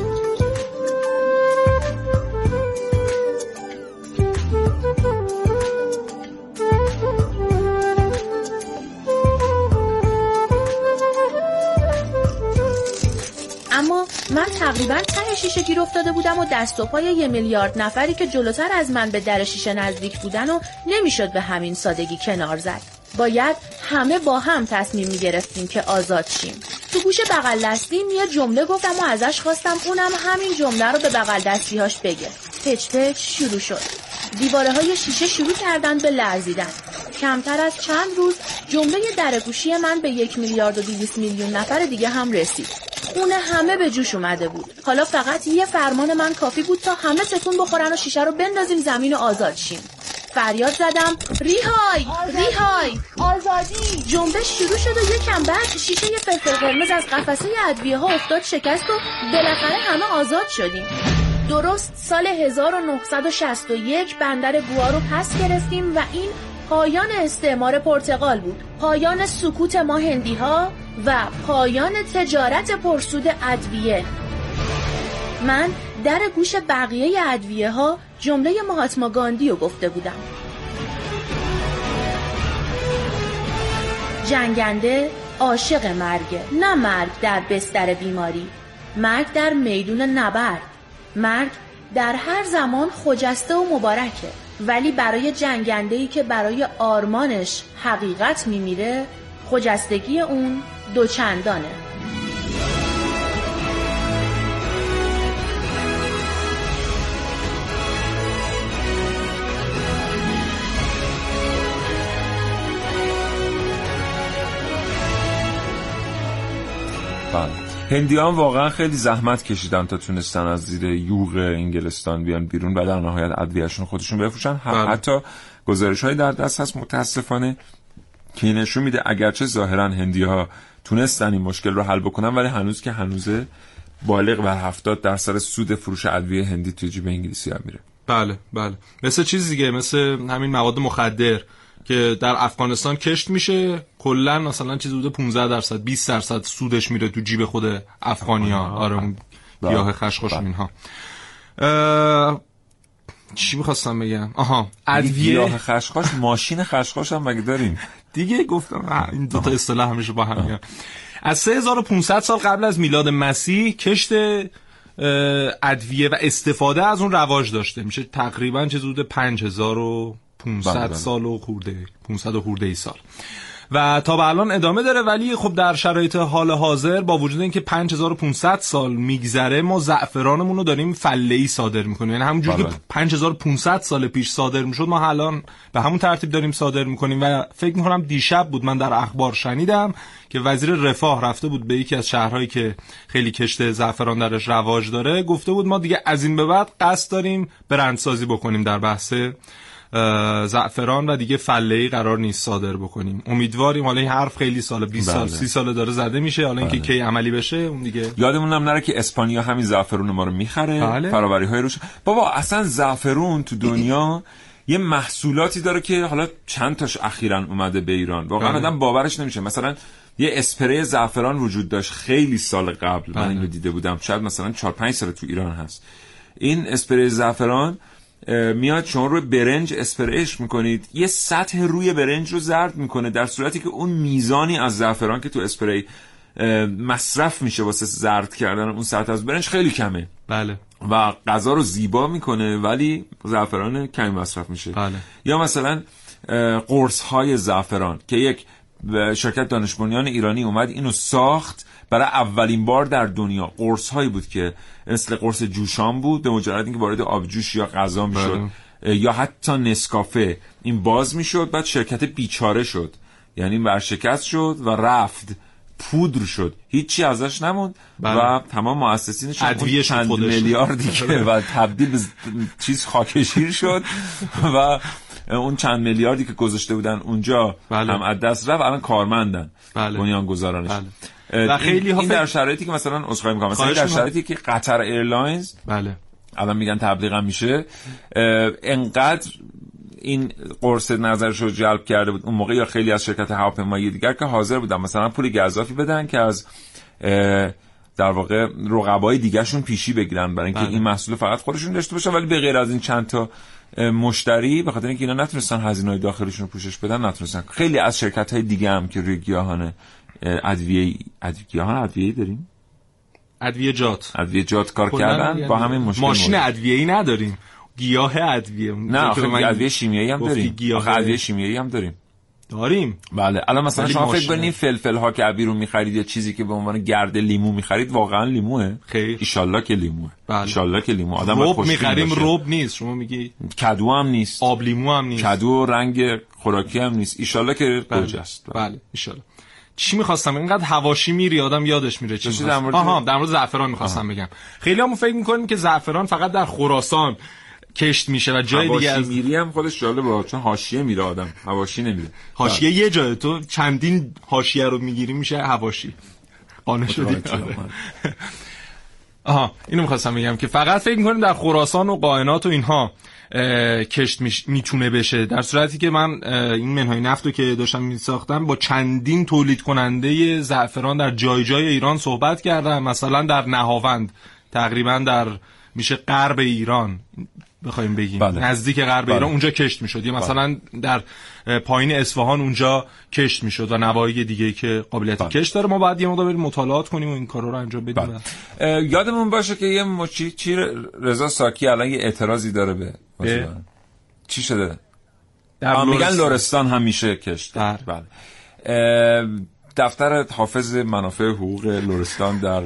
اما من تقریباً ته شیشه گیر افتاده بودم و دست و پای 1,000,000,000 نفری که جلوتر از من به در شیشه نزدیک بودن و نمیشد به همین سادگی کنار زد. باید همه با هم تصمیم میگرفتیم که آزاد شیم. تو گوش بغل دستیم یه جمله گفتم و ازش خواستم اونم همین جمله رو به بغل دستی‌هاش بگه. پچ پچ شروع شد. دیواره‌های شیشه شروع کردن به لرزیدن. کمتر از چند روز جمله در گوشی من به 1,200,000,000 نفر دیگه هم رسید. خونه همه به جوش اومده بود. حالا فقط یه فرمان من کافی بود تا همه تکون بخورن و شیشه رو بندازیم زمین و آزاد شیم. فریاد زدم ریهای ریهای آزادی. جنبش شروع شد و یکم بعد شیشه فلفل قرمز از قفسه ادویه ها افتاد شکست و بالاخره همه آزاد شدیم. درست سال 1961 بندر گوا رو پس گرفتیم و این پایان استعمار پرتغال بود، پایان سکوت ما هندی ها و پایان تجارت پرسود ادویه. من در گوش بقیه ادویه ها جمله مهاتما گاندی رو گفته بودم. جنگنده عاشق مرگه، نه مرگ در بستر بیماری، مرگ در میدون نبرد. مرگ در هر زمان خجسته و مبارکه، ولی برای جنگنده‌ای که برای آرمانش حقیقت میمیره خجستگی اون دوچندانه. هندیان واقعا خیلی زحمت کشیدن تا تونستن از زیر یوغ انگلستان بیان بیرون و در نهایت ادویه‌شون خودشون بفروشن. حتی گزارش‌هایی در دست هست متاسفانه که نشون میده اگرچه ظاهرا هندی‌ها تونستن این مشکل رو حل بکنن، ولی هنوز که هنوزه بالغ بر 70% سود فروش ادویه هندی توی جیب انگلیسی‌ها میره. بله بله، مثل چیز دیگه، مثل همین مواد مخدر که در افغانستان کشت میشه، کلا مثلا چیز بوده 15% 20% سودش میره تو جیب خود افغانی‌ها. آره اون گیاه خشخاش اینها. چی می‌خواستم بگم؟ ادویه گیاه خشخاش، ماشین خشخاش هم مگه داریم؟ دیگه گفتم این دو تا اصطلاح همیشه با هم میاد. از 3500 سال قبل از میلاد مسیح کشت ادویه و استفاده از اون رواج داشته. میشه تقریبا چیز بوده 5500 سال و خورده، 500 و خورده ای سال و تا به الان ادامه داره. ولی خب در شرایط حال حاضر با وجود اینکه 5500 سال میگذره ما زعفرانمون رو داریم فله‌ای صادر میکنیم، یعنی همونجوری که 5500 سال پیش صادر میشد ما الان به همون ترتیب داریم صادر میکنیم. و فکر میکنم دیشب بود من در اخبار شنیدم که وزیر رفاه رفته بود به یکی از شهرهایی که خیلی کشت زعفران درش رواج داره، گفته بود ما دیگه از این به بعد قصد داریم برندسازی بکنیم در بحث زعفران و دیگه فله‌ای قرار نیست صادر بکنیم. امیدواریم. حالا این حرف خیلی سال 20 سال 30 سال داره زده میشه، حالا اینکه کی عملی بشه اون دیگه. یادمون هم نره که اسپانیا همین زعفرون ما رو میخره، فراوری‌های روش. بابا اصلا زعفرون تو دنیا یه محصولاتی داره که حالا چند تاش اخیراً اومده به ایران، واقعا آدم باورش نمیشه. مثلا یه اسپری زعفران وجود داشت خیلی سال قبل، من اینو دیده بودم، شاید مثلا 4-5 سال تو ایران هست. این اسپری زعفران میاد شما روی برنج اسپریش میکنید، یه سطح روی برنج رو زرد میکنه، در صورتی که اون میزانی از زعفران که تو اسپری مصرف میشه واسه زرد کردن اون سطح از برنج خیلی کمه. بله. و غذا رو زیبا میکنه ولی زعفران کمی مصرف میشه. بله. یا مثلا قرص های زعفران که یک شرکت دانش بنیان ایرانی اومد اینو ساخت برای اولین بار در دنیا. قرص هایی بود که مثل قرص جوشان بود، به مجرد اینکه وارد آبجوش یا غذا میشد یا حتی نسکافه این باز میشد، بعد شرکت بیچاره شد، یعنی ورشکست شد و رفت، پودر شد، هیچی ازش نموند. بله. و تمام مؤسسینش چند میلیاردی که و تبدیل به چیز خاکشیر شد و اون چند میلیاردی که گذاشته بودن اونجا بله. هم از دست رفت، الان کارمندن بله. بنیانگذارانش. بله. و خیلی این در شرایطی که مثلا عذرخواهی می‌کنم، مثلا در شرایطی که قطر ایرلاینز بله الان میگن تبلیغ میشه، انقدر این قرص نظرش رو جلب کرده بود اون موقع، یا خیلی از شرکت هواپیمایی دیگر که حاضر بودن مثلا پول گزافی بدن که از در واقع رقبای دیگرشون پیشی بگیرن برای اینکه این محصول فقط خودشون داشته باشن، ولی به غیر از این چند تا مشتری به خاطر اینکه اینا نتونستن هزینه‌های داخلیشون رو پوشش بدن نتونستن. خیلی از شرکت‌های دیگه هم که روی گیاهان ادویه‌ای داریم، ادویه‌جات کار کردن، با همین مشکل ماشین ادویه‌ای نداریم، گیاه ادویه نه، ادویه شیمیایی هم داریم. ادویه شیمیایی هم داریم. بله. الان مثلا شما فکر کنید فلفل ها که بیرون می‌خرید یا چیزی که به عنوان گرد لیمو می‌خرید واقعا لیموه؟ خیر. ایشالله که لیموه. ایشالله که لیمو. آدم رب می‌خریم، رب نیست. شما میگی کدو هم نیست. آب لیمو هم نیست. کدو رنگ خوراکی هم نیست. ایشالله که گوجه است. بله. ایشالله. چی می‌خواستم اینقدر حواشی میری آدم یادش میره چی؟ در مورد زعفران می‌خواستم بگم. خیلی‌ها فکر می‌کنیم که زعفران فقط در خراسان کشت میشه و جای دیگه از میری هم خودش جالبه، چون حاشیه میره آدم، حواشی نمیره. حاشیه یه جای، تو چندین حاشیه رو میگیری میشه حواشی. قانع شدی؟ آها، اینو می‌خواستم بگم که فقط فکر می‌کنیم در خراسان و قائنات و اینها کشت میتونه بشه، در صورتی که من این منهای نفتو که داشتم میساختم با چندین تولید کننده زعفران در جای جای ایران صحبت کردم. مثلا در نهاوند تقریبا در میشه غرب ایران بخوایم بگیم، بله. نزدیک غرب ایران اونجا کشت میشد، یا مثلا در پایین اصفهان اونجا کشت میشد و نواحی دیگه که قابلیت کشت داره. ما باید یه مقدار بریم مطالعات کنیم و این کارا رو انجام بدیم. یادمون باشه که یه چی رضا ساکی الان یه اعتراضی داره به چی شده؟ میگن لرستان هم میشه کشت. بله. دفتر حافظ منافع حقوق لرستان در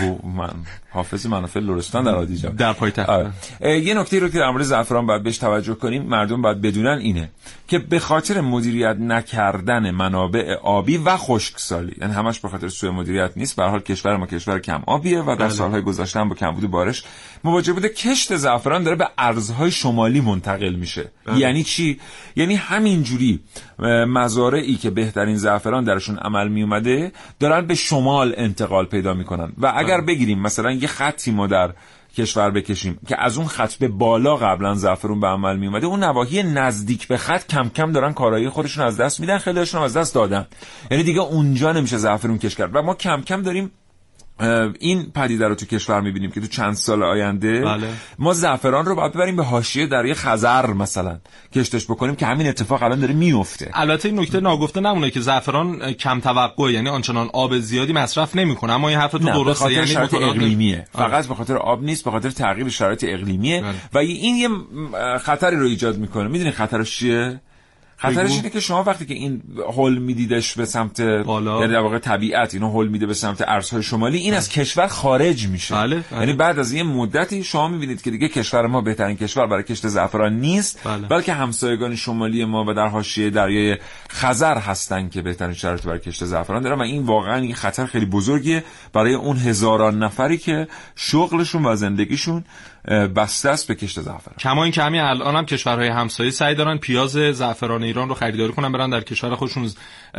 حافظ منافع لرستان در آدیجا در پایتخت. یه نکته رو که در مورد زعفران باید بهش توجه کنیم، مردم باید بدونن اینه که به خاطر مدیریت نکردن منابع آبی و خشکسالی، یعنی همش به خاطر سوء مدیریت نیست، به هر حال کشور ما کشور کم آبیه و در سالهای گذشته هم با کمبود بارش مواجه بوده. کشت زعفران داره به ارزهای شمالی منتقل میشه. یعنی چی؟ یعنی همینجوری مزارعی که بهترین زعفران درشون عمل می اومده دارن به شمال انتقال پیدا میکنن و اگر بگیریم مثلا یه خطی ما در کشور بکشیم که از اون خط به بالا قبلا زعفرون به عمل می اومده، اون نواحی نزدیک به خط کم کم دارن کارایی خودشون از دست میدن، خیلی هاشون از دست دادن، یعنی دیگه اونجا نمیشه زعفرون کشت کرد و ما کم کم داریم این پدیده رو تو کشور میبینیم که تو چند سال آینده ما زعفران رو باید ببریم به حاشیه در یه خزر مثلا کشتش بکنیم که همین اتفاق الان داره میفته. البته این نکته ناگفته نمونه که زعفران کم توقع، یعنی آنچنان آب زیادی مصرف نمیکنه، اما این حرف تو درسته، یعنی شرایط اقلیمیه، فقط به خاطر آب نیست، به خاطر تغییر شرایط اقلیمیه و این یه خطری رو ایجاد میکنه. میدونین خطرش چیه؟ خطرش اینه که شما وقتی که این هول میدیدش به سمت بالا، یعنی در واقع طبیعت اینو هول میده به سمت ارزهای شمالی، این از کشور خارج میشه. یعنی بعد از این مدتی شما میبینید که دیگه کشور ما بهترین کشور برای کشت زعفران نیست، بلکه همسایگان شمالی ما و در حاشیه دریای خزر هستن که بهترین شرایط برای کشت زعفران دارن و این واقعا یه خطر خیلی بزرگیه برای اون هزاران نفری که شغلشون و زندگیشون بسته است به کشت زعفران. کما این که همین الان هم کشورهای همسایه سعی دارن پیاز زعفران ایران رو خریداری کنن برن در کشور خودشون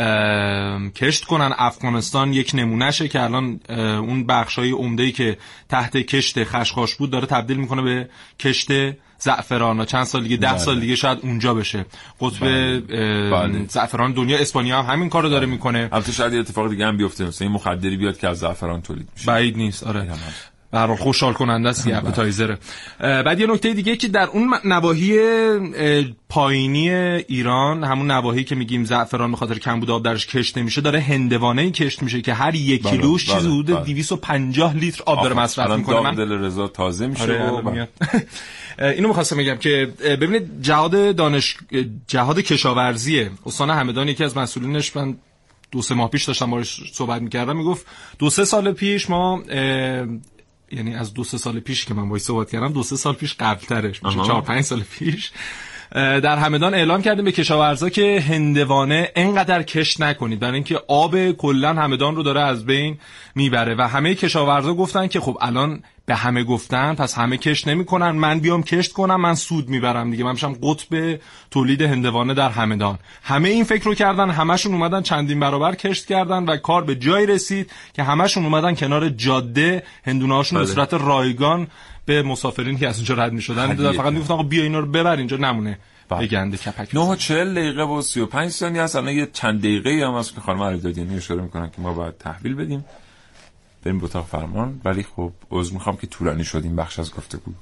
کشت کنن. افغانستان یک نمونهشه که الان اون بخشای عمده‌ای که تحت کشت خشخاش بود داره تبدیل میکنه به کشت زعفران و چند سال دیگه 10 سال دیگه شاید اونجا بشه قطب زعفران دنیا. اسپانیا هم همین کارو داره میکنه. البته شاید یه اتفاق دیگه هم بیفته، مثلا این مخدری بیاد که از زعفران تولید میشه. بعید نیست. آره. به هر حال خوشحال کننده است، یه اپتایزره. بعد یه نکته دیگه که در اون نواحی پایینی ایران، همون نواحی که میگیم زعفران به خاطر کمبود آب درش کشت نمیشه، داره هندوانه‌ای کشت میشه که هر 1 کیلوش چیزی حدود 250 لیتر آب داره مصرف میکنه. من دل رضا تازه میشه. اینو می‌خواستم بگم که ببینید جهاد کشاورزی استان همدان، یکی از مسئولینش، من 2-3 ماه پیش داشتم باهاش صحبت می‌کردم، میگفت 2-3 سال پیش ما، یعنی از 2-3 سال پیش که من باهاش صحبت کردم 2-3 سال پیش قبل‌ترش میشه 4-5 سال پیش، در همدان اعلام کردیم به کشاورزا که هندوانه انقدر کشت نکنید، برای اینکه آب کلا همدان رو داره از بین میبره. و همه کشاورزا گفتن که خب الان به همه گفتن پس همه کشت نمیکنن، من بیام کشت کنم من سود میبرم دیگه، من میشم قطب تولید هندوانه در همدان. همه این فکر رو کردن، همشون اومدن چندین برابر کشت کردن و کار به جایی رسید که همشون اومدن کنار جاده هندونه‌هاشون به صورت رایگان به مسافرین که از اونجا رد می‌شدن فقط میگفتن آقا بیا اینا رو ببر اینجا نمونه بگنده کپک. 9:40 دقیقه و 35 ثانیه است. الان یه چند دقیقه‌ای هم هست که خانم علیدادیانی اشاره می‌کنن که ما باید تحویل بدیم بریم به اتاق فرمان، ولی خب عذر می‌خوام که طولانی شد این بخش از گفتگو.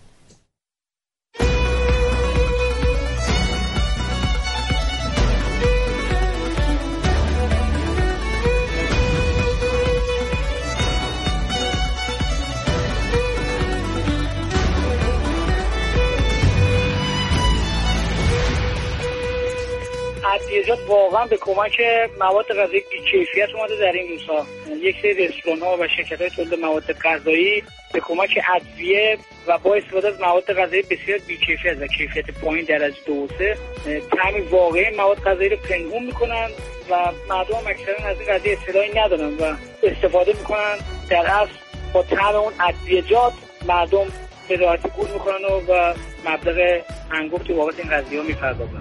ادویه‌جات واقعا به کمک مواد غذایی بی‌کیفیت اومده در این روزها. یک سری رستوران‌ها و شرکت‌های تولید مواد غذایی به کمک ادویه و با استفاده از مواد غذایی بسیار بی‌کیفیت و کیفیت پایین درجه 2 و 3 طعم واقعی مواد غذایی رو پنهون می‌کنن و مردم اکثرا از این قضیه اطلاعی ندارن و استفاده می‌کنن. در اصل با طعم اون ادویه‌جات مردم به راحتی گول می‌کنن و مبلغ انگفتی بابت این قضیه‌ها می‌پردازن.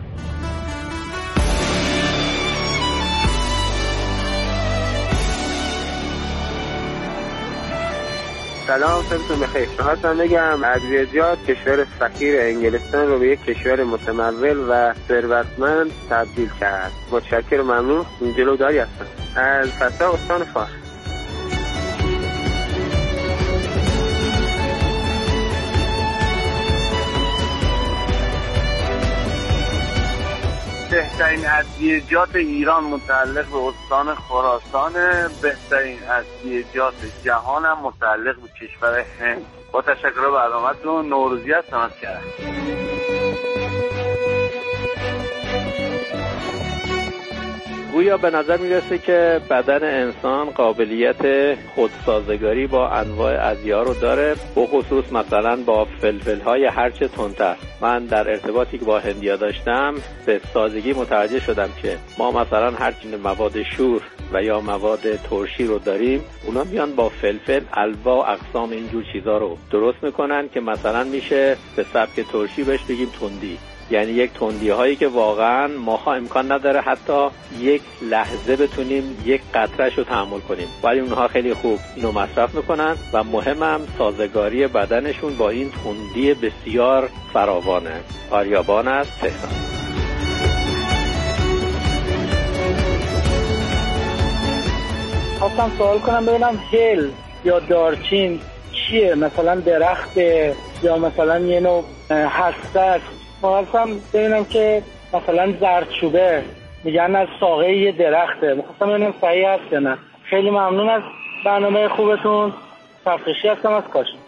سلام، صبحتون بخیر. خواستم بگم ادویه‌جات کشور فقیر انگلستان رو به یک کشور متمول و ثروتمند تبدیل کرد. متشکرم، ممنون. جلوداری هستم از فسا استان فارس. بهترین ادویه‌جات ایران متعلق به استان خراسان، بهترین ادویه‌جات جهان هم متعلق به کشور هند. با تشکر برنامه‌تون. نوروزی هستم از کرج. گویا به نظر میرسه که بدن انسان قابلیت خودسازگاری با انواع ادویه‌ها رو داره، به خصوص مثلا با فلفل‌های هرچه تندتر. من در ارتباطی که با هندیا داشتم به سادگی متوجه شدم که ما مثلا هرچی مواد شور و یا مواد ترشی رو داریم، اونا میان با فلفل الوا اقسام اینجور چیزا رو درست میکنن که مثلا میشه به سبک ترشی بهش بگیم تندی، یعنی یک تندی هایی که واقعا ماها امکان نداره حتی یک لحظه بتونیم یک قطره‌اش رو تحمل کنیم، ولی اونها خیلی خوب اینو مصرف میکنن و مهمم سازگاری بدنشون با این تندی بسیار فراوانه. آریابان از تهران. خواستم سوال کنم ببینم هل یا دارچین چیه؟ مثلا درخت یا مثلا یه نوع هسته؟ خواستم ببینم که مثلا زردچوبه میگن از ساقه یه درخته، میخواستم ببینم صحیح هست یا نه. خیلی ممنون از برنامه خوبتون. فرخشی هستم از کاشان.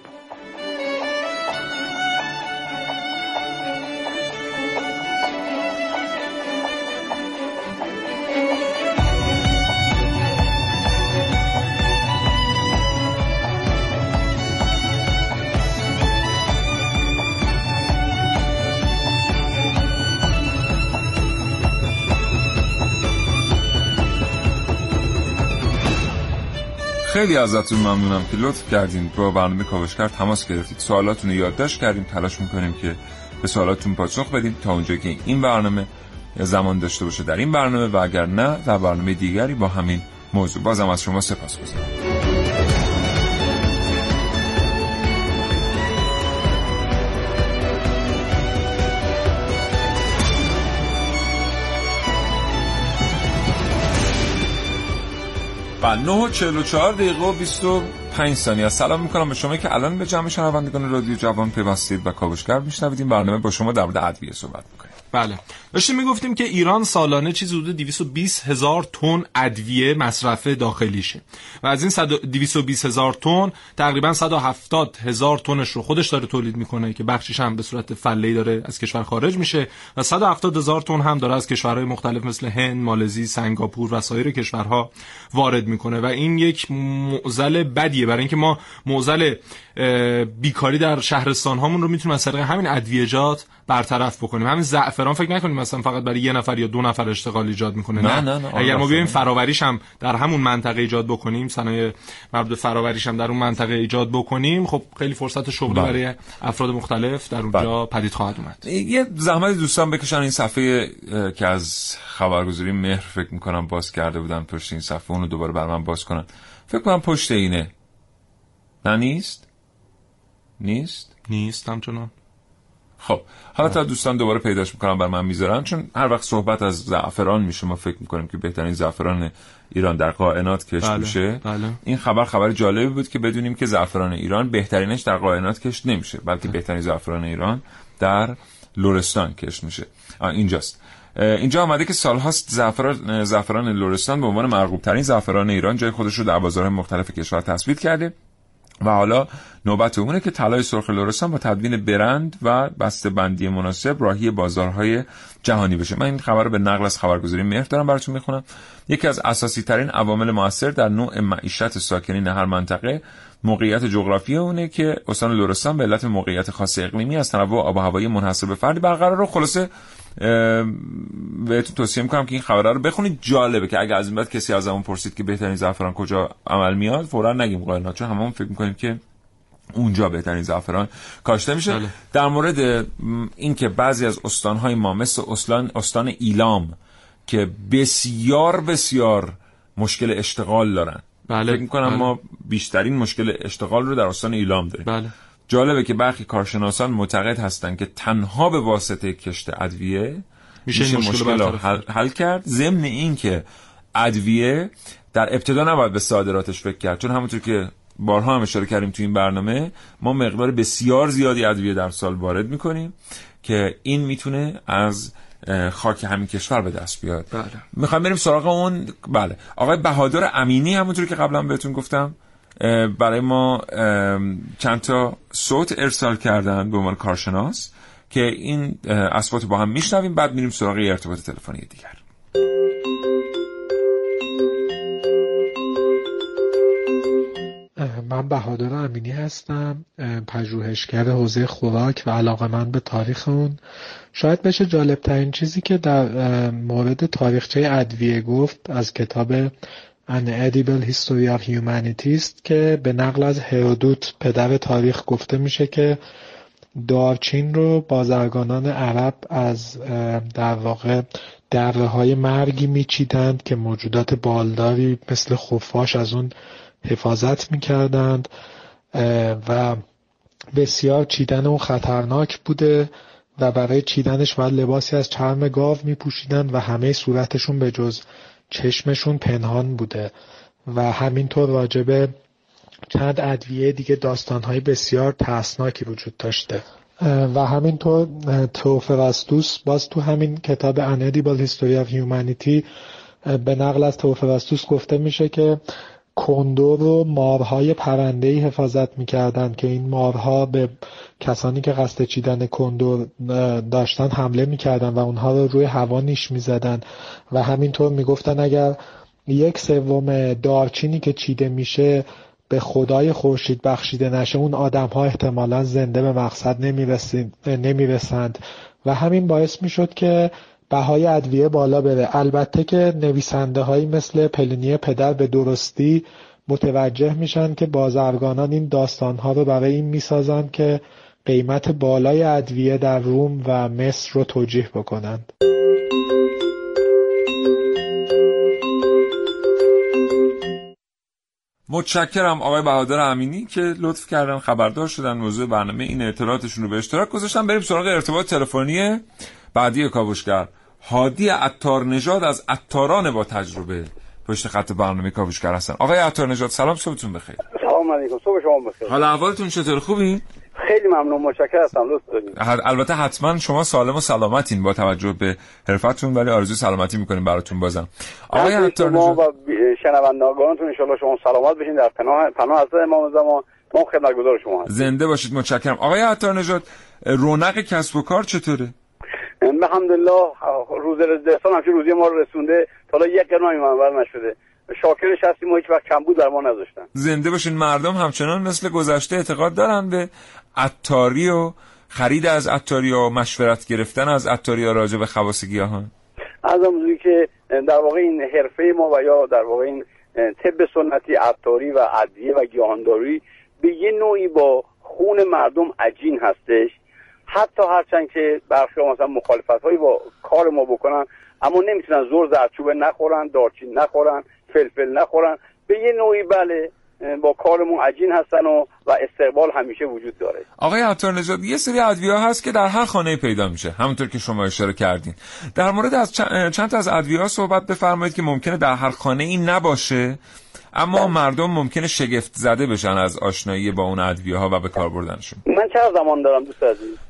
خیلی ازتون ممنونم که لطف کردین با برنامه کاوشگر تماس گرفتید، سوالاتون رو یادداشت کردیم، تلاش میکنیم که به سوالاتون پاسخ بدیم تا اونجایی که این برنامه زمان داشته باشه در این برنامه و اگر نه در برنامه دیگری با همین موضوع. بازم از شما سپاسگزارم. بله 9:44 دقیقه و 25 ثانیه. سلام میکنم به شما که الان به جمع شنوندگان رادیو جوان پیوستید و کاوشگر میشنوید. این برنامه با شما در مورد ادویه صحبت میکنه. بله داشتیم میگفتیم که ایران سالانه چیزی حدود 220,000 تن ادویه مصرف داخلیشه و از این 220,000 تن تقریبا 170,000 تنش رو خودش داره تولید میکنه که بخشش هم به صورت فله‌ای داره از کشور خارج میشه و 170,000 تن هم داره از کشورهای مختلف مثل هند، مالزی، سنگاپور و سایر کشورها وارد میکنه و این یک معضل بدیه برای اینکه ما معضل بیکاری در شهرستان هامون رو میتونیم از طریق همین ادویه‌جات برطرف بکنیم. همین زعفران فکر نکنیم مثلا فقط برای یه نفر یا دو نفر اشتغال ایجاد میکنه. نه. اگر ما بیایم فراوریش هم در همون منطقه ایجاد بکنیم، صنایع مربوط به فراوریش هم در اون منطقه ایجاد بکنیم، خب خیلی فرصت شغلی برای افراد مختلف در اونجا پدید خواهد اومد. یه زحمت دوستان بکشن این صفحه که از خبرگزاری مهر فکر میکنم باز کرده بودن پشت این صفحه، اون رو دوباره برام من باز کنن. فکر کنم پشت اینه. نه نیست همچنان. خب حالا تا دوستان دوباره پیداش میکنم بر من میذارن، چون هر وقت صحبت از زعفران میشه ما فکر میکنیم که بهترین زعفران ایران در قائنات کشت میشه. این خبر جالبی بود که بدونیم که زعفران ایران بهترینش در قائنات کشت نمیشه، بلکه بهترین زعفران ایران در لرستان کشت میشه. اینجاست. اینجا آمده که سالهاست زعفران لرستان به عنوان مرغوب ترین زعفران ایران جای خودش رو در بازارهای مختلف کشور تثبیت کرده و حالا نوبت اونه که طلای سرخ لرستان با تدوین برند و بسته‌بندی مناسب راهی بازارهای جهانی بشه. من این خبر رو به نقل از خبرگزاری مهر دارم براتون میخونم. یکی از اساسی ترین عوامل مؤثر در نوع معیشت ساکنین هر منطقه موقعیت جغرافیایی اونه که استان لرستان به علت موقعیت خاص اقلیمی از تنوع آب و هوایی منحصر به فردی برقراره. خلاصه بهتون توصیه میکنم که این خبر رو بخونید. جالبه که اگه از این بعد کسی ازمون پرسید که بهترین زعفران کجا عمل میاد، فوراً نگیم قائنات، چون هممون فکر میکنیم که اونجا بهترین زعفران کاشته میشه. در مورد اینکه بعضی از استانهای ما مثل استان ایلام که بسیار مشکل اشتغال دارن، فکر میکنم ما بیشترین مشکل اشتغال رو در استان ایلام داریم. جالبه که برخی کارشناسان معتقد هستند که تنها به واسطه کشت ادویه میشه مشکل رو حل کرد، ضمن این که ادویه در ابتدا نباید به صادراتش فکر کرد، چون همونطور که بارها هم اشاره کردیم تو این برنامه ما مقدار بسیار زیادی ادویه در سال وارد میکنیم که این میتونه از خاک همین کشور به دست بیاد. میخوایم بریم سراغ اون. بله آقای بهادر امینی همونطور که قبلا بهتون گفتم برای ما چند تا صوت ارسال کردن به عنوان کارشناس که این اصوات با هم میشنویم، بعد میریم سراغ ارتباط تلفنی دیگر. من بهادر امینی هستم، پژوهشگر حوزه خوراک و علاقه‌مند به تاریخ اون. شاید بشه جالب ترین چیزی که در مورد تاریخچه ادویه گفت از کتاب An Edible History of Humanity است که به نقل از هرودوت پدر تاریخ گفته میشه که دارچین رو بازرگانان عرب از در واقع دره‌های مرگی میچیدند که موجودات بالداری مثل خفاش از اون حفاظت میکردند و بسیار چیدن اون خطرناک بوده و برای چیدنش باید لباسی از چرم گاو میپوشیدند و همه صورتشون به جز چشمشون پنهان بوده و همینطور راجبه چند ادویه دیگه داستانهای بسیار ترسناکی وجود داشته و همینطور تئوفراستوس باز تو همین کتاب An Edible History of Humanity به نقل از تئوفراستوس گفته میشه که کندور و مارهای پرنده‌ای حفاظت می‌کردند که این مارها به کسانی که قصد چیدن کندور داشتن حمله می‌کردند و اونها رو روی هوا نیش می‌زدند و همینطور می‌گفتن اگر 1/3 دارچینی که چیده میشه به خدای خورشید بخشیده نشه اون آدم‌ها احتمالاً زنده به مقصد نمی‌رسند و همین باعث می‌شد که بهای ادویه بالا بره. البته که نویسنده هایی مثل پلینی پدر به درستی متوجه میشن که بازرگانان این داستان ها رو برای این میسازن که قیمت بالای ادویه در روم و مصر رو توجیه بکنند. متشکرم آقای بهادر امینی که لطف کردن خبردار شدن موضوع برنامه، این اطلاعاتشون رو به اشتراک گذاشتن. بریم سراغ ارتباط تلفنی بعدی کاوشگر. هادی عطار نژاد از عطاران با تجربه پشت خط برنامه کاوشگر هستن. آقای عطار نژاد سلام، صبحتون بخیر. سلام علیکم، صبح شما بخیر. حال احوالتون چطور، خوبین؟ خیلی ممنون، متشکرم، لطف دارید. البته حتما شما سالم و سلامتین با توجه به حرفتون، ولی آرزوی سلامتی میکنیم براتون بازم. آقای عطار نژاد و شنوندگانتون ان شاءالله شما سلامت بشین در پناه حضرت امام زمان. ما خدمتگزار شما هستیم. زنده باشید، متشکرم. آقای عطار نژاد رونق کسب و کار چطوره؟ الحمدلله روز رزدستان همچه روزی ما رو رسونده، تا حالا یک قرمه منور نشده. شاکرش هستیم و هیچ وقت کمبود در ما نذاشتن. زنده باشین. مردم همچنان مثل گذشته اعتقاد دارن به عطاری و خرید از عطاری و مشورت گرفتن از عطاری ها راجع به خواص گیاهان؟ از آموزی که در واقع این حرفه ما و یا در واقع این طب سنتی عطاری و ادویه و گیاهانداری به یه نوعی با خون مردم عجین هستش. حتی هرچند که برخی مثلا مخالفت هایی با کار ما بکنن، اما نمیتونن زور زردچوبه نخورن، دارچین نخورن، فلفل نخورن. به یه نوعی بله با کارمون عجین هستن و استقبال همیشه وجود داره. آقای عطار نژاد یه سری ادویه هست که در هر خانه پیدا میشه، همونطور که شما اشاره کردین. در مورد از چند تا از ادویه ها صحبت بفرمایید که ممکنه در هر خانه این نباشه، اما مردم ممکنه شگفت زده بشن از آشنایی با اون ادویه ها و به کار بردنشون. من چقدر زمان دارم دوست عزیز؟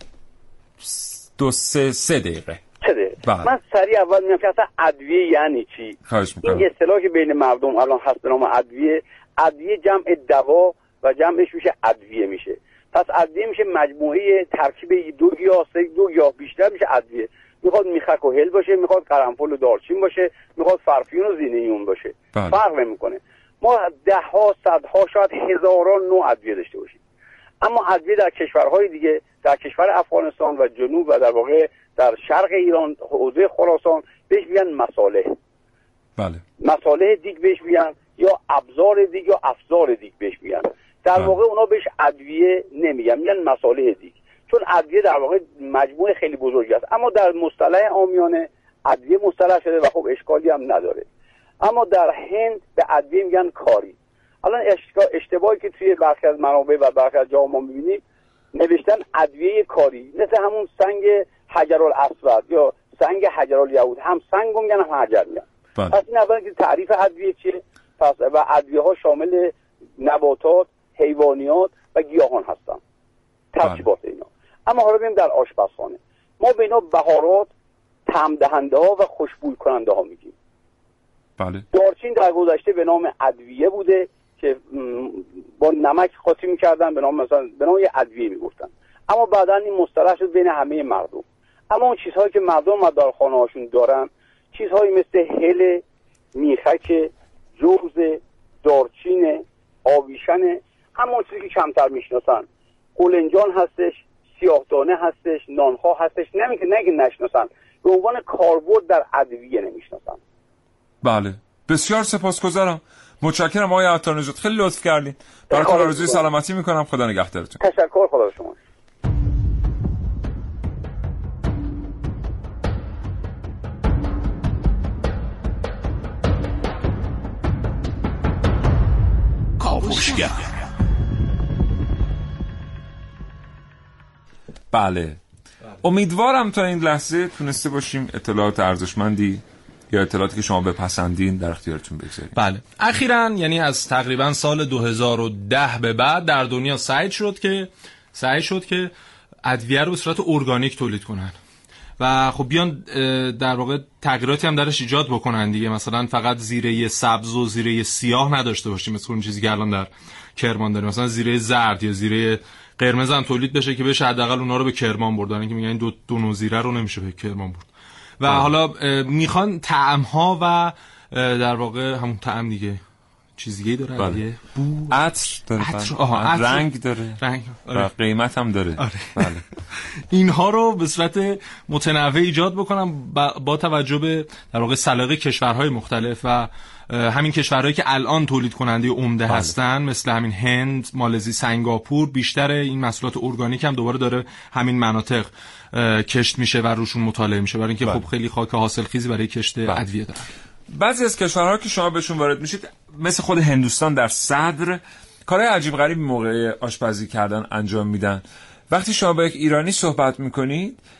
2-3 دقیقه. من سریع اول میگم که اصلا ادویه یعنی چی. این اصطلاحی که بین مردم الان هست به نام ادویه جمع دوا و جمعش میشه ادویه میشه. پس ادویه میشه مجموعه ترکیب دو گیاه بیشتر میشه ادویه. میخواد میخک و هل باشه، میخواد قرنفل و دارچین باشه، میخواد فرفیون و زینیون باشه. فرق نمیکنه. ما ده‌ها، صدها، شاید هزاران نوع ادویه داشته باشیم. اما ادویه در کشورهای دیگه، در کشور افغانستان و جنوب و در واقع در شرق ایران حوزه خراسان بهش میگن مصالح. بله. مصالح دیگ بهش میگن، یا ابزار دیگ یا افزار دیگ بهش میگن. در واقع اونا بهش ادویه نمیگن، میگن مصالح دیگ، چون ادویه در واقع مجموعه خیلی بزرگی است. اما در مصطلح عامیانه ادویه مصطلح شده و خب اشکالی هم نداره. اما در هند به ادویه میگن کاری. الان اشتباهی که توی برخی از منابع و برخی از جاها ما میبینیم نوشتن ادویه کاری، مثل همون سنگ حجرالاسود یا سنگ حجرالیهود، هم سنگ میگن هم حجر میگن. پس این اولا که تعریف ادویه چیه. پس و ادویه ها شامل نباتات، حیوانیات و گیاهان هستن، ترکیبات اینا. اما حالا بریم در آشپزخانه، ما به اینا بهارات، طعم دهنده ها و خوشبو کننده ها میگیم. بله. دارچین در گذشته به نام ادویه بوده که با نمک قاطی می‌کردن، به نام مثلا به نام یه ادویه میگفتن. اما بعداً این مصطلح شد بین همه مردم. اما اون چیزهایی که مردم در خانه‌هاشون دارن، چیزهایی مثل هل، میخک، جوز، دارچین، آویشن، همون چیزی که کمتر میشناسن. قولنجان هستش، سیاه‌دانه هستش، نانخواه هستش، نمیگه نشناسن، به عنوان کاربرد در ادویه نمیشناسن. بله، بسیار سپاسگزارم. متشکرم آقای عطار نژاد، خیلی لطف کردین. براتون آرزوی سلامتی میکنم. خدا نگهدارتون. تشکر. خدا شما. کاوشگر. بله، امیدوارم تا این لحظه تونسته باشیم اطلاعات ارزشمندی یا اطلاعاتی که شما بپسندین در اختیارتون بگذاریم. بله، اخیراً یعنی از تقریبا سال 2010 به بعد در دنیا سعی شد که ادویه رو به صورت ارگانیک تولید کنن و خب بیان در واقع تغییراتی هم درش ایجاد بکنن دیگه. مثلا فقط زیره سبز و زیره سیاه نداشته باشیم مثل اون چیزی که الان در کرمان داریم، مثلا زیره زرد یا زیره قرمز هم تولید بشه که بشه حداقل اونها رو به کرمان بردن، که میگن این دو نوع زیره رو نمیشه به کرمان برد. و حالا میخوان طعم‌ها و در واقع همون طعم دیگه چیز دیگه داره دیگه، بو، عطر داره، رنگ داره، و قیمت هم داره. بله. اینها رو به صورت متنوع ایجاد بکنم با توجه به در واقع سلیقه کشورهای مختلف و همین کشورهایی که الان تولید کننده عمده هستن، مثل همین هند، مالزی، سنگاپور. بیشتر این محصولات ارگانیک هم دوباره داره همین مناطق کشت میشه و روشون مطالعه میشه، برای اینکه خب خیلی خاک حاصلخیزی برای کشت ادویه دارن. بعضی از کشورها که شما بهشون وارد میشید، مثل خود هندوستان، در صدر کارهای عجیب غریب موقع آشپزی کردن انجام میدن. وقتی شما با یک ایرانی صحبت میکنید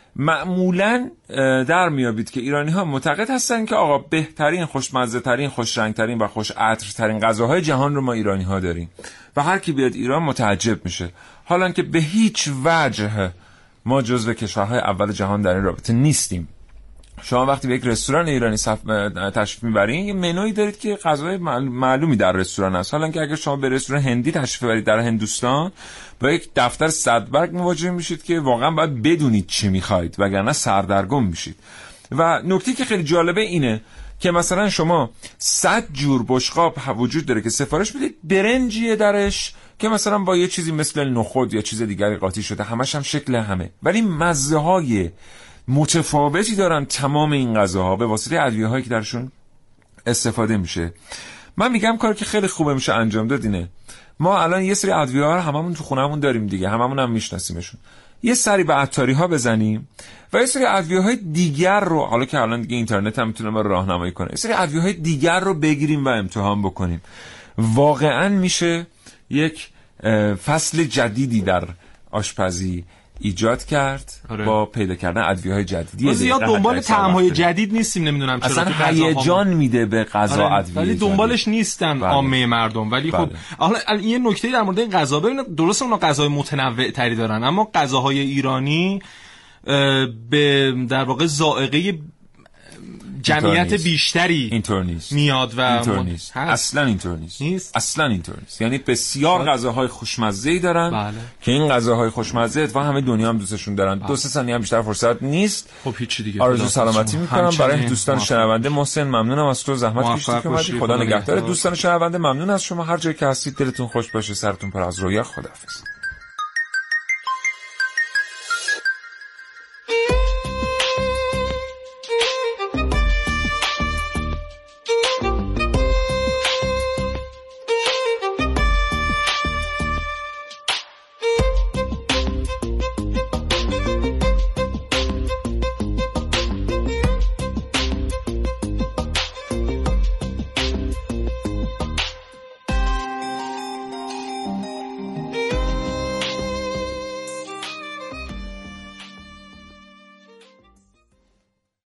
معمولاً در میابید که ایرانی‌ها معتقد هستن که آقا بهترین، خوشمزه‌ترین، خوشرنگ‌ترین و خوش عطرترین غذاهای جهان رو ما ایرانی‌ها داریم و هر کی بیاد ایران متعجب میشه، حالا که به هیچ وجه ما جزو کشورهای اول جهان در این رابطه نیستیم. شما وقتی به یک رستوران ایرانی تشریف میبرین یه منوی دارید که غذاهای معلومی در رستوران هست، حالا که اگر شما به رستوران هندی تشریف ببرید در هندوستان با یک دفتر صدبرگ مواجه میشید که واقعا باید بدونید چی میخواید وگرنه سردرگم میشید. و نکته که خیلی جالبه اینه که مثلا شما 100 جور بشقاب وجود داره که سفارش بدید، برنجیه درش که مثلا با یه چیزی مثل نخود یا چیز دیگری قاطی شده، همش هم شکل همه، ولی مزه های متفاوتی دارن تمام این غذاها به واسطه ادویه‌هایی که درشون استفاده میشه. من میگم کاری که خیلی خوبه میشه انجام داد اینه، ما الان یه سری ادویه‌ها رو هممون تو خونه‌مون داریم دیگه، هممون هم میشناسیمشون، یه سری به عطاری‌ها بزنیم و یه سری ادویه‌های دیگر رو، حالا که الان دیگه اینترنت هم میتونه ما رو راهنمایی کنه، یه سری ادویه‌های دیگر رو بگیریم و امتحان بکنیم. واقعاً میشه یک فصل جدیدی در آشپزی ایجاد کرد. آره. با پیدا کردن ادویه‌های جدیدی. ما زیاد دنبال طعم‌های جدید نیستیم، نمیدونم چرا، اصلا هیجان میده به غذا. آره. ادویه ولی دنبالش نیستن عامه مردم. ولی خب حالا یه نکته در مورد این غذا، ببینید درسته اونا غذای متنوع تری دارن، اما غذاهای ایرانی به در واقع ذائقه جمعیت بیشتری اینطور نیست میاد و اصلا اینطور نیست. اصلا اینطور نیست. یعنی بسیار غذاهای خوشمزه‌ای دارن. بله. که این غذاهای خوشمزه اتفاقا همه دنیا هم دوستشون دارن. 2-3 ثانیه هم بیشتر فرصت نیست. خب هیچ دیگه. آرزو سلامتی میکنم برای دوستان شنونده. محسن ممنونم از تو، زحمت کشیدی که اومدی. خدا نگهدار دوستان شنونده. ممنون از شما. هر جایی که هستید دلتون خوش باشه، سرتون پر از رویا. خداحافظ.